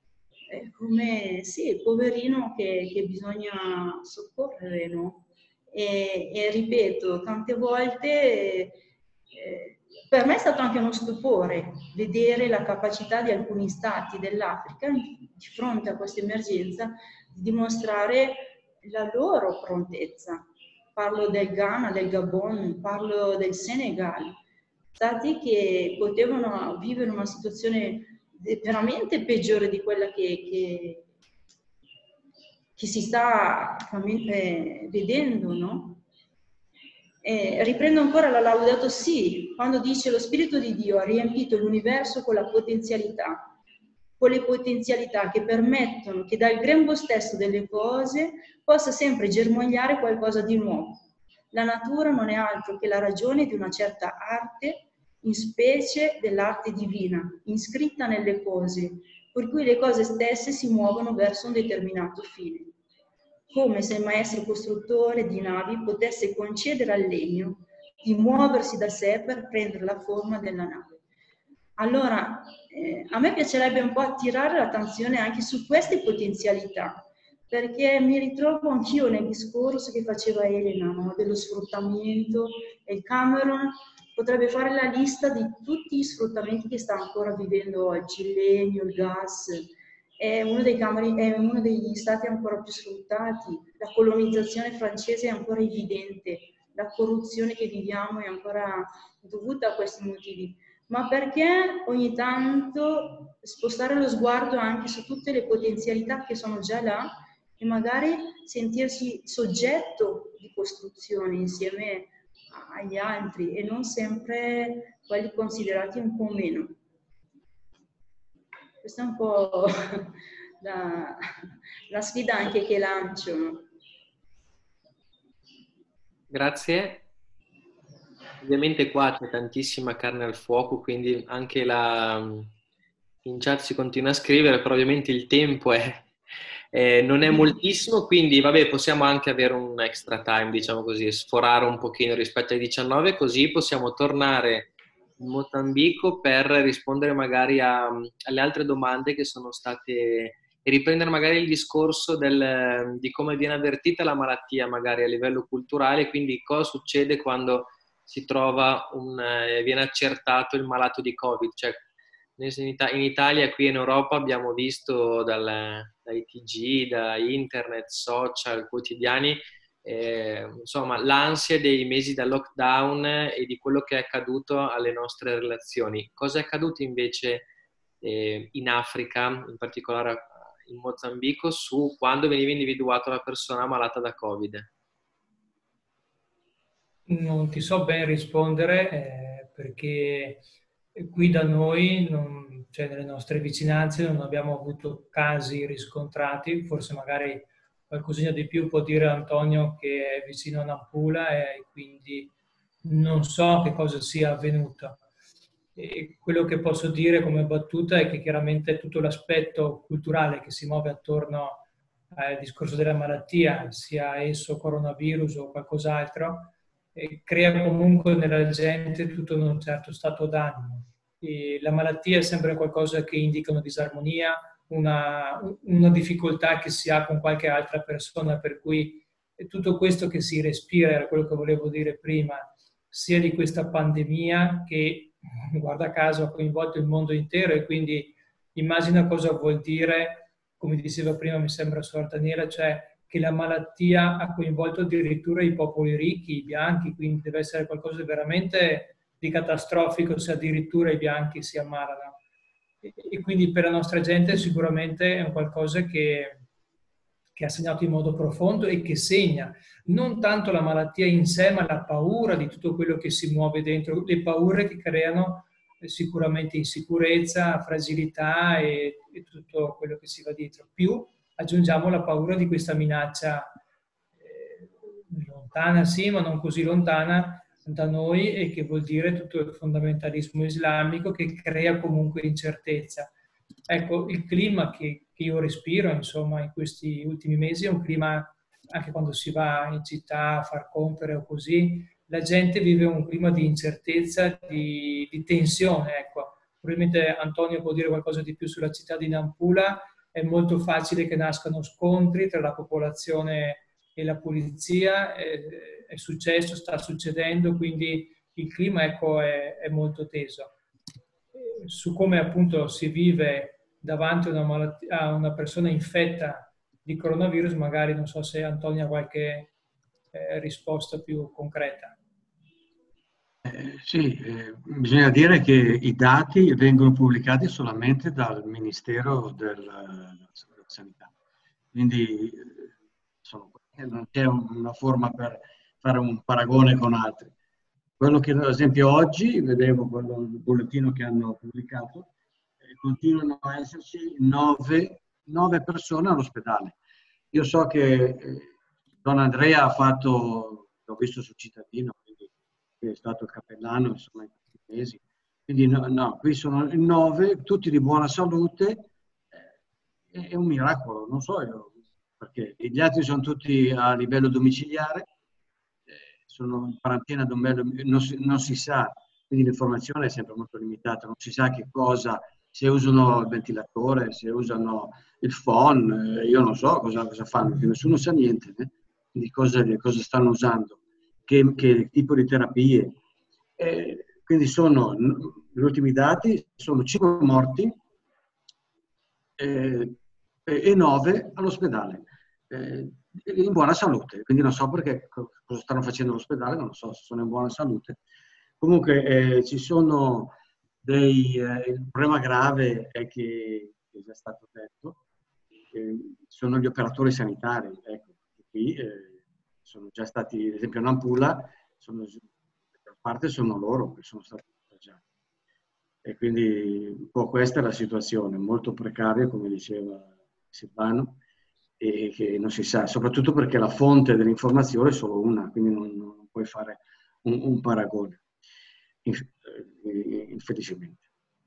sì, il poverino che bisogna soccorrere, no? E ripeto, tante volte per me è stato anche uno stupore vedere la capacità di alcuni stati dell'Africa di fronte a questa emergenza di dimostrare la loro prontezza. Parlo del Ghana, del Gabon, parlo del Senegal. stati che potevano vivere una situazione veramente peggiore di quella che si sta vedendo, no? Riprendo ancora la Laudato Si, quando dice: lo Spirito di Dio ha riempito l'universo con le potenzialità che permettono che dal grembo stesso delle cose possa sempre germogliare qualcosa di nuovo. La natura non è altro che la ragione di una certa arte, in specie dell'arte divina, iscritta nelle cose, per cui le cose stesse si muovono verso un determinato fine. Come se il maestro costruttore di navi potesse concedere al legno di muoversi da sé per prendere la forma della nave. Allora, a me piacerebbe un po' attirare l'attenzione anche su queste potenzialità, perché mi ritrovo anch'io nel discorso che faceva Elena, no? Dello sfruttamento, e il Camerun potrebbe fare la lista di tutti gli sfruttamenti che sta ancora vivendo oggi, il legno, il gas. È uno degli stati ancora più sfruttati, la colonizzazione francese è ancora evidente, la corruzione che viviamo è ancora dovuta a questi motivi. Ma perché ogni tanto spostare lo sguardo anche su tutte le potenzialità che sono già là e magari sentirsi soggetto di costruzione insieme agli altri e non sempre quelli considerati un po' meno. Questa è un po' la sfida anche che lancio. Grazie. Ovviamente qua c'è tantissima carne al fuoco, quindi anche in chat si continua a scrivere, però ovviamente il tempo non è moltissimo, quindi vabbè, possiamo anche avere un extra time, diciamo così, sforare un pochino rispetto ai 19, così possiamo tornare in Mozambico per rispondere magari alle altre domande che sono state e riprendere magari il discorso di come viene avvertita la malattia magari a livello culturale, quindi cosa succede quando si trova viene accertato il malato di Covid. Cioè, in Italia e qui in Europa abbiamo visto dai TG, da internet, social, quotidiani, insomma, l'ansia dei mesi da lockdown e di quello che è accaduto alle nostre relazioni. Cosa è accaduto invece in Africa, in particolare in Mozambico, su quando veniva individuata una persona malata da Covid? Non ti so ben rispondere perché qui da noi, cioè nelle nostre vicinanze, non abbiamo avuto casi riscontrati, forse magari qualcosina di più può dire Antonio che è vicino a Nampula e quindi non so che cosa sia avvenuto. E quello che posso dire come battuta è che chiaramente tutto l'aspetto culturale che si muove attorno al discorso della malattia, sia esso coronavirus o qualcos'altro, crea comunque nella gente tutto un certo stato d'animo. E la malattia è sempre qualcosa che indica una disarmonia, una difficoltà che si ha con qualche altra persona, per cui tutto questo che si respira, era quello che volevo dire prima, sia di questa pandemia che, guarda caso, ha coinvolto il mondo intero e quindi immagina cosa vuol dire, come diceva prima, mi sembra Suor Daniela, cioè che la malattia ha coinvolto addirittura i popoli ricchi, i bianchi, quindi deve essere qualcosa di veramente di catastrofico se addirittura i bianchi si ammalano. E quindi per la nostra gente sicuramente è un qualcosa che ha segnato in modo profondo e che segna non tanto la malattia in sé, ma la paura di tutto quello che si muove dentro, le paure che creano sicuramente insicurezza, fragilità e tutto quello che si va dietro. Più aggiungiamo la paura di questa minaccia lontana, sì, ma non così lontana da noi, e che vuol dire tutto il fondamentalismo islamico che crea comunque incertezza. Ecco, il clima che io respiro, insomma, in questi ultimi mesi è un clima, anche quando si va in città a far compere o così, la gente vive un clima di incertezza, di tensione, ecco. Probabilmente Antonio può dire qualcosa di più sulla città di Nampula. È molto facile che nascano scontri tra la popolazione e la polizia, è successo, sta succedendo, quindi il clima, ecco, è molto teso. Su come appunto si vive davanti a una persona infetta di coronavirus, magari non so se Antonio ha qualche risposta più concreta. Sì, bisogna dire che i dati vengono pubblicati solamente dal Ministero della Sanità, quindi non c'è una forma per fare un paragone con altri. Quello che ad esempio oggi, vedevo il bollettino che hanno pubblicato, continuano a esserci 9 persone all'ospedale. Io so che Don Andrea ha fatto, l'ho visto sul cittadino, quindi è stato il cappellano insomma in questi mesi, quindi no, qui sono 9, tutti di buona salute, è un miracolo, non so io, perché gli altri sono tutti a livello domiciliare, sono in quarantena, non si sa, quindi l'informazione è sempre molto limitata, non si sa che cosa, se usano il ventilatore, se usano il phon, io non so cosa fanno, perché nessuno sa niente di cosa stanno usando, che tipo di terapie. Quindi gli ultimi dati sono 5 morti e 9 all'ospedale, in buona salute, quindi non so perché cosa stanno facendo all'ospedale, non so se sono in buona salute. Comunque ci sono il problema grave è che è già stato detto, sono gli operatori sanitari, ecco, qui sono già stati, ad esempio a Nampula, per parte sono loro che sono stati contagiati. E quindi un po' questa è la situazione, molto precaria, come diceva Silvano, e che non si sa, soprattutto perché la fonte dell'informazione è solo una, quindi non puoi fare un paragone, infelicemente.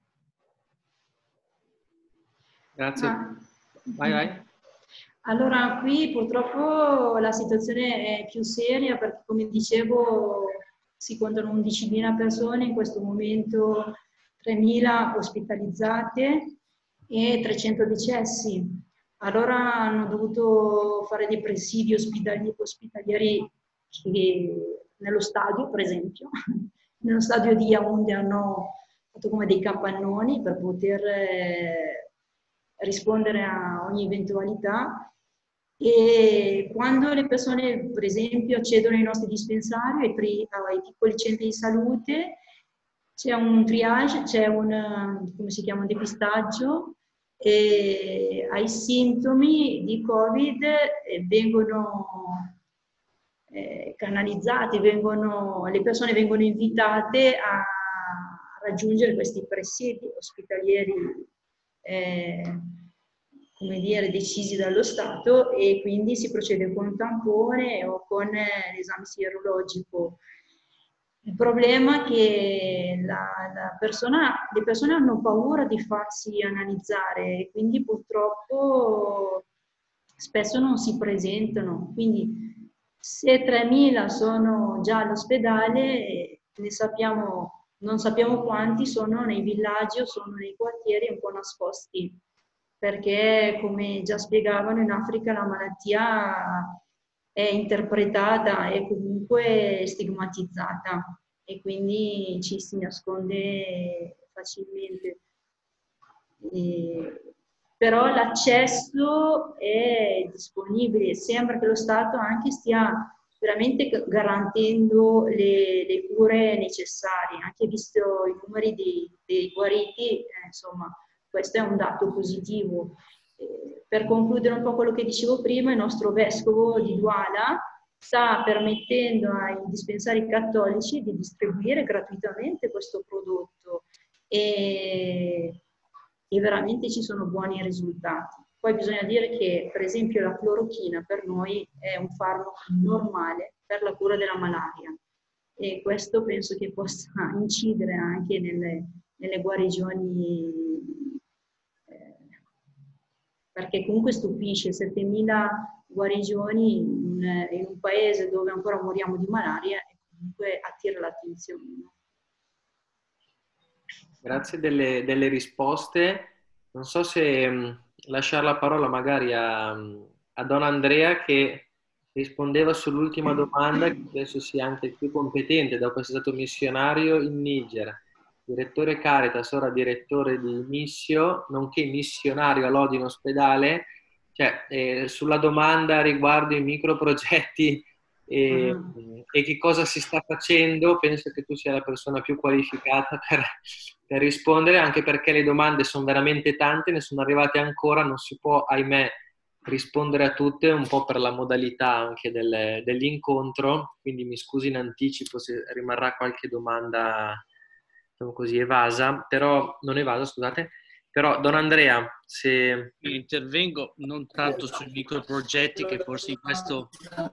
Grazie. Vai. Allora, qui purtroppo la situazione è più seria perché, come dicevo, si contano 11.000 persone, in questo momento 3.000 ospitalizzate e 300 decessi. Allora hanno dovuto fare dei presidi ospitalieri nello stadio, per esempio. Nello stadio di Yaoundé hanno fatto come dei capannoni per poter rispondere a ogni eventualità. E quando le persone, per esempio, accedono ai nostri dispensari, ai piccoli centri di salute, c'è un triage, c'è come si chiama, un depistaggio, e ai sintomi di Covid vengono canalizzati, le persone vengono invitate a raggiungere questi presidi ospitalieri come dire, decisi dallo Stato, e quindi si procede con un tampone o con l'esame sierologico. Il problema è che le persone hanno paura di farsi analizzare e quindi purtroppo spesso non si presentano. Quindi se 3.000 sono già all'ospedale, non sappiamo quanti sono nei villaggi o sono nei quartieri un po' nascosti, perché come già spiegavano in Africa la malattia è interpretata e comunque stigmatizzata e quindi ci si nasconde facilmente. Però l'accesso è disponibile, sembra che lo Stato anche stia veramente garantendo le cure necessarie, anche visto i numeri dei guariti, insomma, questo è un dato positivo. Per concludere un po' quello che dicevo prima, il nostro vescovo di Douala sta permettendo ai dispensari cattolici di distribuire gratuitamente questo prodotto e veramente ci sono buoni risultati. Poi bisogna dire che, per esempio, la clorochina per noi è un farmaco normale per la cura della malaria e questo penso che possa incidere anche nelle guarigioni, perché comunque stupisce 7.000 guarigioni in un paese dove ancora moriamo di malaria e comunque attira l'attenzione. Grazie delle risposte. Non so se lasciare la parola magari a Don Andrea che rispondeva sull'ultima domanda, che penso sia anche il più competente dopo essere stato missionario in Niger, direttore Caritas, ora direttore di Missio, nonché missionario a Lodi in ospedale. Cioè, sulla domanda riguardo i microprogetti e che cosa si sta facendo. Penso che tu sia la persona più qualificata per rispondere, anche perché le domande sono veramente tante, ne sono arrivate ancora, non si può, ahimè, rispondere a tutte, un po' per la modalità anche dell'incontro, quindi mi scusi in anticipo se rimarrà qualche domanda, diciamo così, evasa, però non evasa, scusate. Però, Don Andrea, se... Intervengo non tanto sui microprogetti, che forse in questo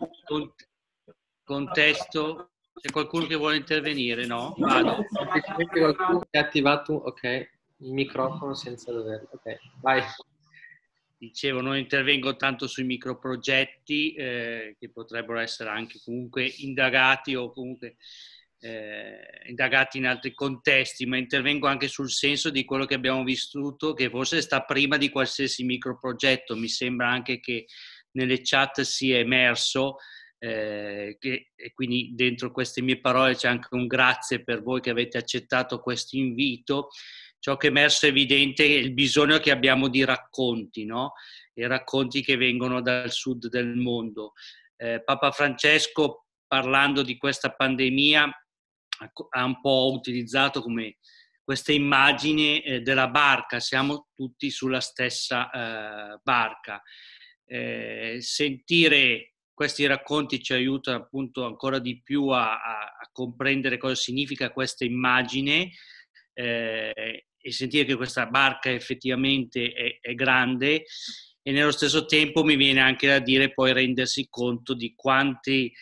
contesto c'è qualcuno che vuole intervenire, no? Vado. Semplicemente qualcuno che ha attivato, ok, il microfono senza dover... Ok, vai. Dicevo, non intervengo tanto sui microprogetti che potrebbero essere anche comunque indagati o comunque indagati in altri contesti, ma intervengo anche sul senso di quello che abbiamo vissuto, che forse sta prima di qualsiasi microprogetto. Mi sembra anche che nelle chat sia emerso, e quindi dentro queste mie parole c'è anche un grazie per voi che avete accettato questo invito. Ciò che è emerso è evidente il bisogno che abbiamo di racconti, no? I racconti che vengono dal sud del mondo. Papa Francesco, parlando di questa pandemia, ha un po' utilizzato come questa immagine della barca. Siamo tutti sulla stessa barca. Sentire questi racconti ci aiuta appunto ancora di più a comprendere cosa significa questa immagine, e sentire che questa barca effettivamente è grande, e nello stesso tempo mi viene anche da dire poi rendersi conto di quanti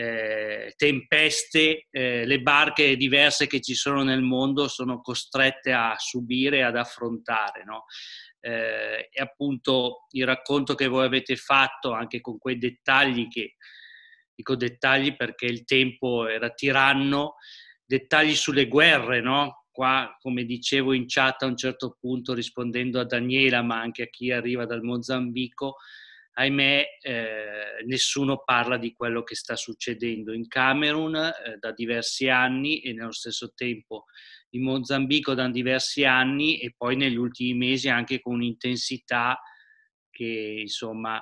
tempeste le barche diverse che ci sono nel mondo sono costrette a subire e ad affrontare, no? E appunto il racconto che voi avete fatto anche con quei dettagli, che dico dettagli perché il tempo era tiranno, dettagli sulle guerre, no? Qua, come dicevo in chat a un certo punto, rispondendo a Daniela, ma anche a chi arriva dal Mozambico, ahimè, nessuno parla di quello che sta succedendo in Camerun da diversi anni, e nello stesso tempo in Mozambico da diversi anni, e poi negli ultimi mesi anche con un'intensità che insomma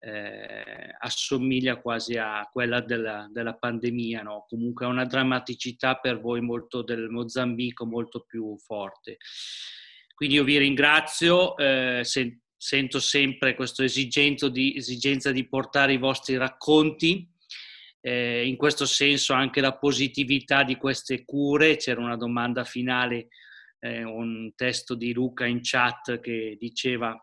assomiglia quasi a quella della pandemia, no? Comunque è una drammaticità per voi molto del Mozambico molto più forte. Quindi io vi ringrazio, sento sempre questa esigenza di portare i vostri racconti, in questo senso anche la positività di queste cure. C'era una domanda finale, un testo di Luca in chat che diceva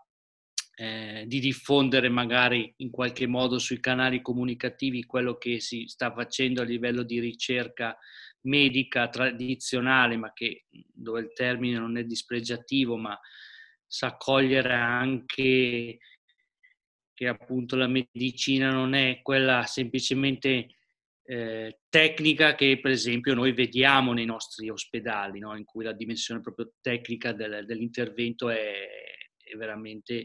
di diffondere magari in qualche modo sui canali comunicativi quello che si sta facendo a livello di ricerca medica tradizionale, ma dove il termine non è dispregiativo, ma sa cogliere anche che appunto la medicina non è quella semplicemente tecnica che per esempio noi vediamo nei nostri ospedali, no? In cui la dimensione proprio tecnica dell'intervento è veramente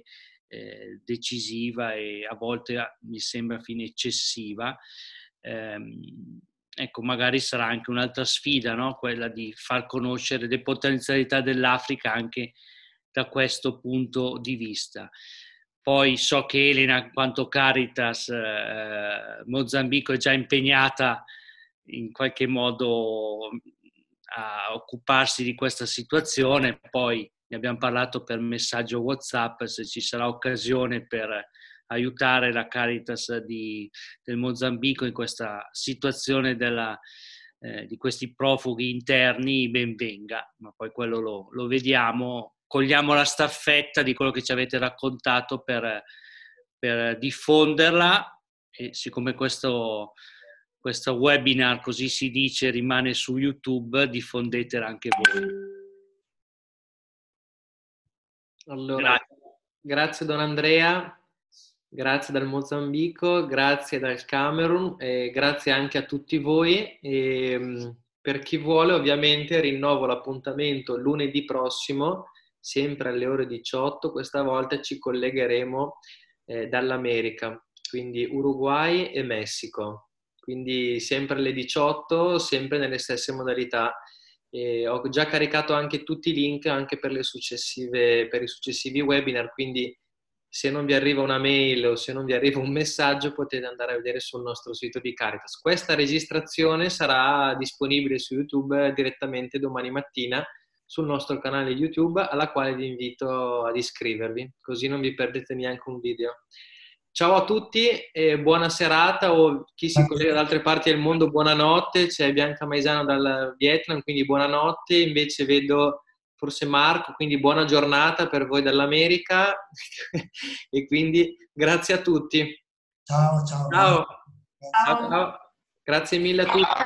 decisiva e a volte mi sembra fine eccessiva. Ecco, magari sarà anche un'altra sfida, no? Quella di far conoscere le potenzialità dell'Africa anche da questo punto di vista. Poi so che Elena, in quanto Caritas Mozambico, è già impegnata in qualche modo a occuparsi di questa situazione. Poi ne abbiamo parlato per messaggio WhatsApp, se ci sarà occasione per aiutare la Caritas del Mozambico in questa situazione di questi profughi interni, ben venga, ma poi quello lo vediamo. Cogliamo la staffetta di quello che ci avete raccontato per diffonderla, e siccome questo webinar, così si dice, rimane su YouTube, diffondetela anche voi. Allora, grazie Don Andrea, grazie dal Mozambico, grazie dal Camerun e grazie anche a tutti voi. E, per chi vuole, ovviamente rinnovo l'appuntamento lunedì prossimo, sempre alle ore 18, questa volta ci collegheremo dall'America, quindi Uruguay e Messico, quindi sempre alle 18, sempre nelle stesse modalità. Ho già caricato anche tutti i link anche per i successivi webinar, quindi se non vi arriva una mail o se non vi arriva un messaggio, potete andare a vedere sul nostro sito di Caritas. Questa registrazione sarà disponibile su YouTube direttamente domani mattina sul nostro canale YouTube, alla quale vi invito ad iscrivervi, così non vi perdete neanche un video. Ciao a tutti e buona serata, o chi si collega da altre parti del mondo, buonanotte. C'è Bianca Maisano dal Vietnam, quindi buonanotte. Invece vedo forse Marco, quindi buona giornata per voi dall'America. E quindi grazie a tutti. Ciao, ciao. Ciao. Ciao. Ciao. Grazie mille a tutti.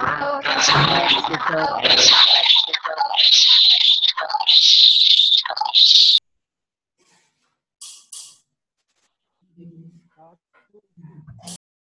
Ciao.